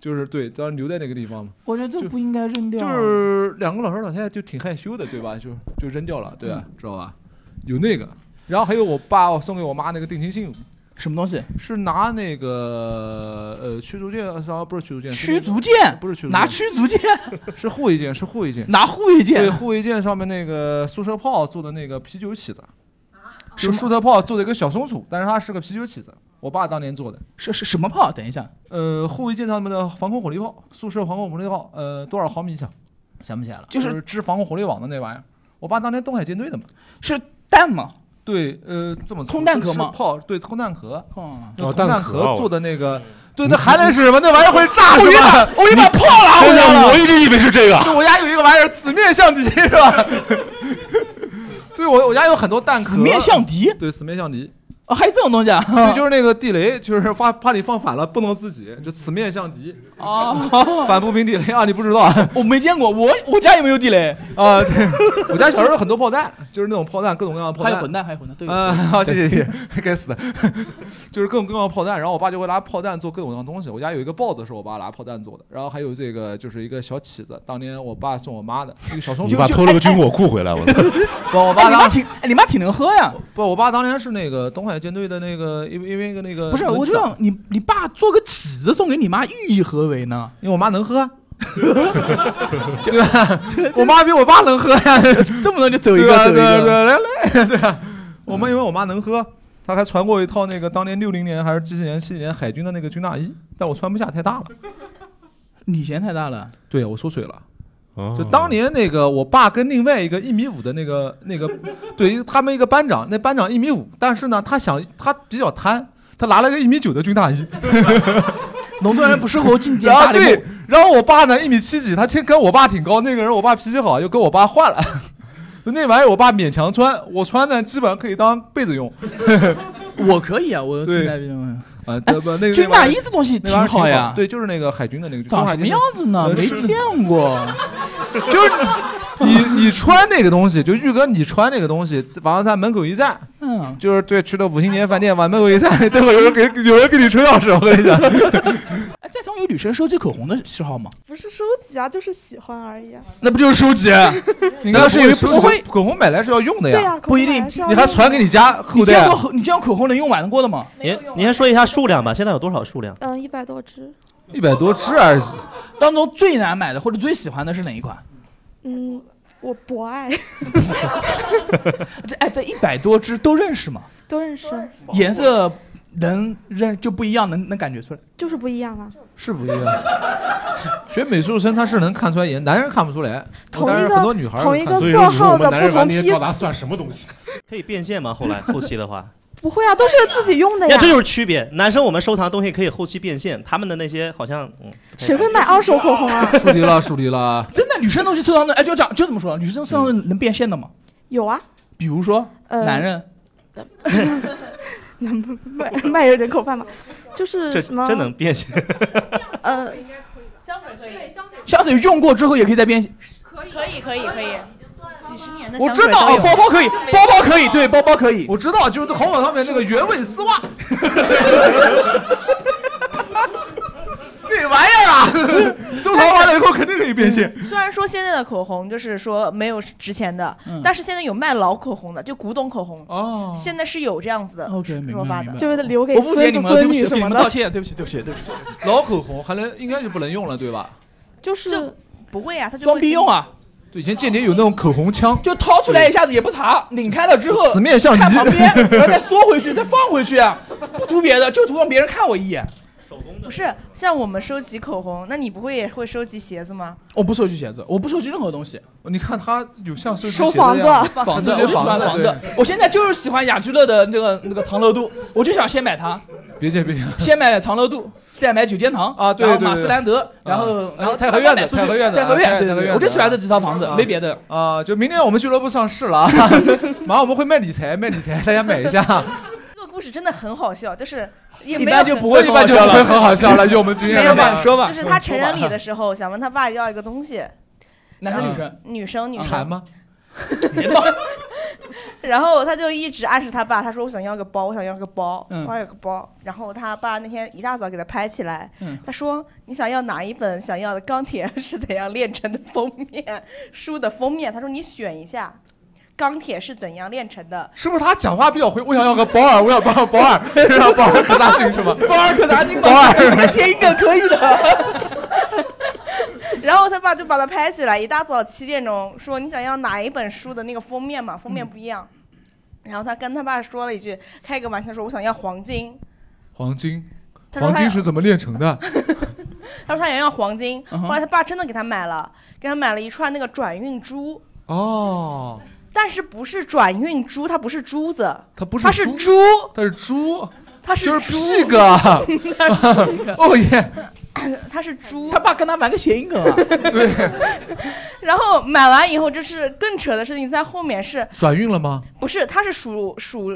就是对，只要留在那个地方嘛。 我觉得这不应该扔掉。 就是2个老头老太太就挺害羞的，对吧？就扔掉了，对吧？知道吧？有那个，然后还有我爸送给我妈那个定情信物。 什么东西？ 是拿那个驱逐舰，不是驱逐舰， 驱逐舰不是驱逐舰， 拿驱逐舰是护卫舰，是护卫舰， 拿护卫舰， 对，护卫舰上面那个速射炮做的那个啤酒起子，是速射炮做的一个小松鼠，但是它是个啤酒起子，我爸当年做的。 是什么炮？等一下， 护卫舰上面的防空火力炮，速射防空火力炮，多少毫米想不起来了， 就是织防空火力网的那玩意儿。我爸当年东海舰队的嘛， 是弹吗？ 对，这么空弹壳吗？ 炮，对，空弹壳， 空弹壳做的那个，对，那还能是什么？那玩意儿会炸是吧？ 我一把炮拿回来了， 我一直以为是这个。就我家有一个玩意儿，磁面相机是吧？对，我家有很多弹壳。 磁面相敌？ 对，磁面相敌。 哦，还有这种东西啊？ 对，就是那个地雷，就是怕你放反了，不能自己，就磁面相敌啊，反步兵地雷啊，你不知道？ 我没见过，我家也没有地雷啊。我家小时候有很多炮弹，就是那种炮弹，各种各样的炮弹， 还有混弹，对。 好，谢谢，该死的，就是各种各样的炮弹，然后我爸就会拿炮弹做各种各样的东西。我家有一个豹子是我爸拿炮弹做的，然后还有这个就是一个小起子，当年我爸送我妈的一个小松鼠。 你爸偷了个军火库回来，我操！ 不，我爸你妈挺能喝呀。 不，我爸当年是那个东海舰队的那个。因为一个那个不是，我知道你爸做个起子送给你妈，寓意何为呢？ 因为我妈能喝，对吧？我妈比我爸能喝呀， 这么多就走一个， 对啊。我们因为我妈能喝，她还传过一套那个当年60年还是70年、70年海军的那个军大衣，但我穿不下，太大了。 你嫌太大了？ 对，我缩水了。就当年那个我爸跟另外一个1.5米的那个，对他们一个班长，那班长1.5米，但是呢，他比较贪，他拿了个1.9米的军大衣。 农村人不适合进阶大对，然后我爸呢1.7米几，他跟我爸挺高，那个人我爸脾气好，又跟我爸换了。那玩意儿我爸勉强穿，我穿呢基本上可以当被子用。 我可以啊，我现在啊，对不，那个军大衣这东西挺好呀。 对，就是那个海军的那个。 长什么样子呢？没见过。 就是你穿那个东西，就玉哥你穿那个东西，往上在门口一站，就是对，去到5星级饭店往门口一站，待会儿有人给你吹钥匙，我跟你讲。 在场有女生收集口红的嗜好吗？ 不是收集啊，就是喜欢而已。 那不就是收集？ 你刚是因为不会口红买来是要用的呀？ 对呀， 不一定， 你还传给你家后代？ 你这样口红能用完过的吗？ 你先说一下数量吧，现在有多少数量 ？100多支。 100多支而已。 当中最难买的或者最喜欢的是哪一款？ 我博爱。 这100多支都认识吗？ 都认识。 颜色能认就不一样，能感觉出来。 就是不一样啊。 是不一样。学美术生他是能看出来男人看不出来，但是很多女孩同一个色号的不同批。 算什么东西？ 可以变现吗？后期的话。 不会啊，都是自己用的呀。 这就是区别。男生我们收藏的东西可以后期变现，他们的那些好像谁会买2手口红啊？ 树敌了。 真的，女生东西收藏的，就这么说，女生收藏能变现的吗？ 有啊。 比如说，男人。 卖人口贩嘛，就是什么？ 真能变现。 香水可以， 香水用过之后也可以再变现。 可以。几十年的我知道，包包可以，对，包包可以。 我知道，就是淘宝上面那个原味丝袜。那玩意儿啊，收藏完了以后肯定可以变现。 虽然说现在的口红就是说没有值钱的，但是现在有卖老口红的，就古董口红。 哦， 现在是有这样子的说法的， 就是留给孙子孙女什么的。 道歉，对不起。 老口红应该就不能用了，对吧？ 就是不会啊，它就装逼用啊。 对，以前间谍有那种口红枪， 就掏出来一下子也不擦，拧开了之后磁面相机看旁边，然后再缩回去，再放回去啊，不图别的，就图让别人看我一眼。 不是像我们收集口红，那你不会也会收集鞋子吗？ 我不收集鞋子，我不收集任何东西。 你看他有像收房子， 我就喜欢房子。我现在就是喜欢雅居乐的那个长乐度，我就想先买它。 别介， 先买长乐度，再买九间堂啊，对， 马斯兰德，然后太和院， 对，我就喜欢这几套房子，没别的啊。就明年我们俱乐部上市了，马上我们会卖理财，大家买一下。 这个故事真的很好笑，就是一般就不会很好笑了。就我们今天说吧， 就是他成人礼的时候想问他爸要一个东西， 男生女生？ 女生馋吗？ 然后他就一直暗示他爸，他说我想要个包，我想要个包，我要个包。然后他爸那天一大早给他拍起来，他说你想要哪一本想要的《钢铁是怎样炼成的》封面书的封面？他说你选一下。钢铁是怎样炼成的？ 是不是他讲话比较会？我想要个保尔，我想要保尔，让保尔可达金是吧？ 保尔可达金， 保尔这个谐音梗可以的。 然后他爸就把他拍起来，一大早7点钟说你想要哪一本书的那个封面嘛？封面不一样。然后他跟他爸说了一句，开个玩笑说我想要黄金。 黄金是怎么炼成的？ 他说他想要黄金，后来他爸真的给他买了，给他买了一串那个转运珠。 哦。 但是不是转运珠，它不是珠子， 它是猪， 它是猪， 它是就是屁哥。哦耶， 它是猪。 他爸跟他玩个谐音梗啊。 对。 然后买完以后，这是更扯的事情，在后面是转运了吗？ 不是，它是属蛇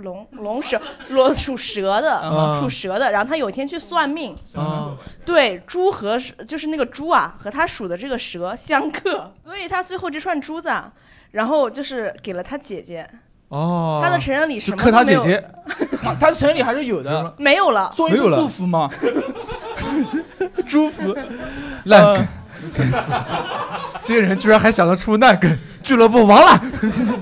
的，属蛇的。然后他有一天去算命，对，猪和就是那个猪啊，和他属的这个蛇相克，所以他最后这串珠子啊。然后就是给了他姐姐，他的成人礼什么都没有。 克他姐姐， 他的成人礼还是有的， 没有了， 送一份祝福吗？祝福， 烂梗，这些人居然还想得出烂梗，俱乐部亡了。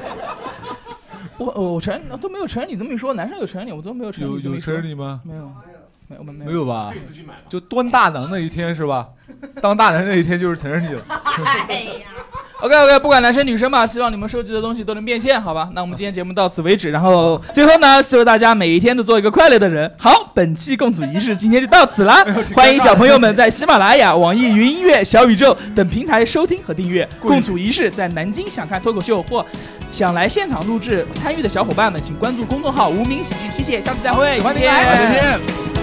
我成人都没有成人礼，这么一说，男生有成人礼，我都没有成人礼。 有成人礼吗？ 没有吧？就端大能那一天是吧？当大人那一天就是成人礼了。 哎呀。 OK， 不管男生女生吧，希望你们收集的东西都能变现，好吧？那我们今天节目到此为止，然后最后呢，希望大家每一天都做一个快乐的人。好，本期共组仪式今天就到此了，欢迎小朋友们在喜马拉雅、网易云音乐、小宇宙等平台收听和订阅共组仪式。在南京想看脱口秀或想来现场录制参与的小伙伴们，请关注公众号无名喜剧。谢谢，下次再会， 喜欢你们，再见。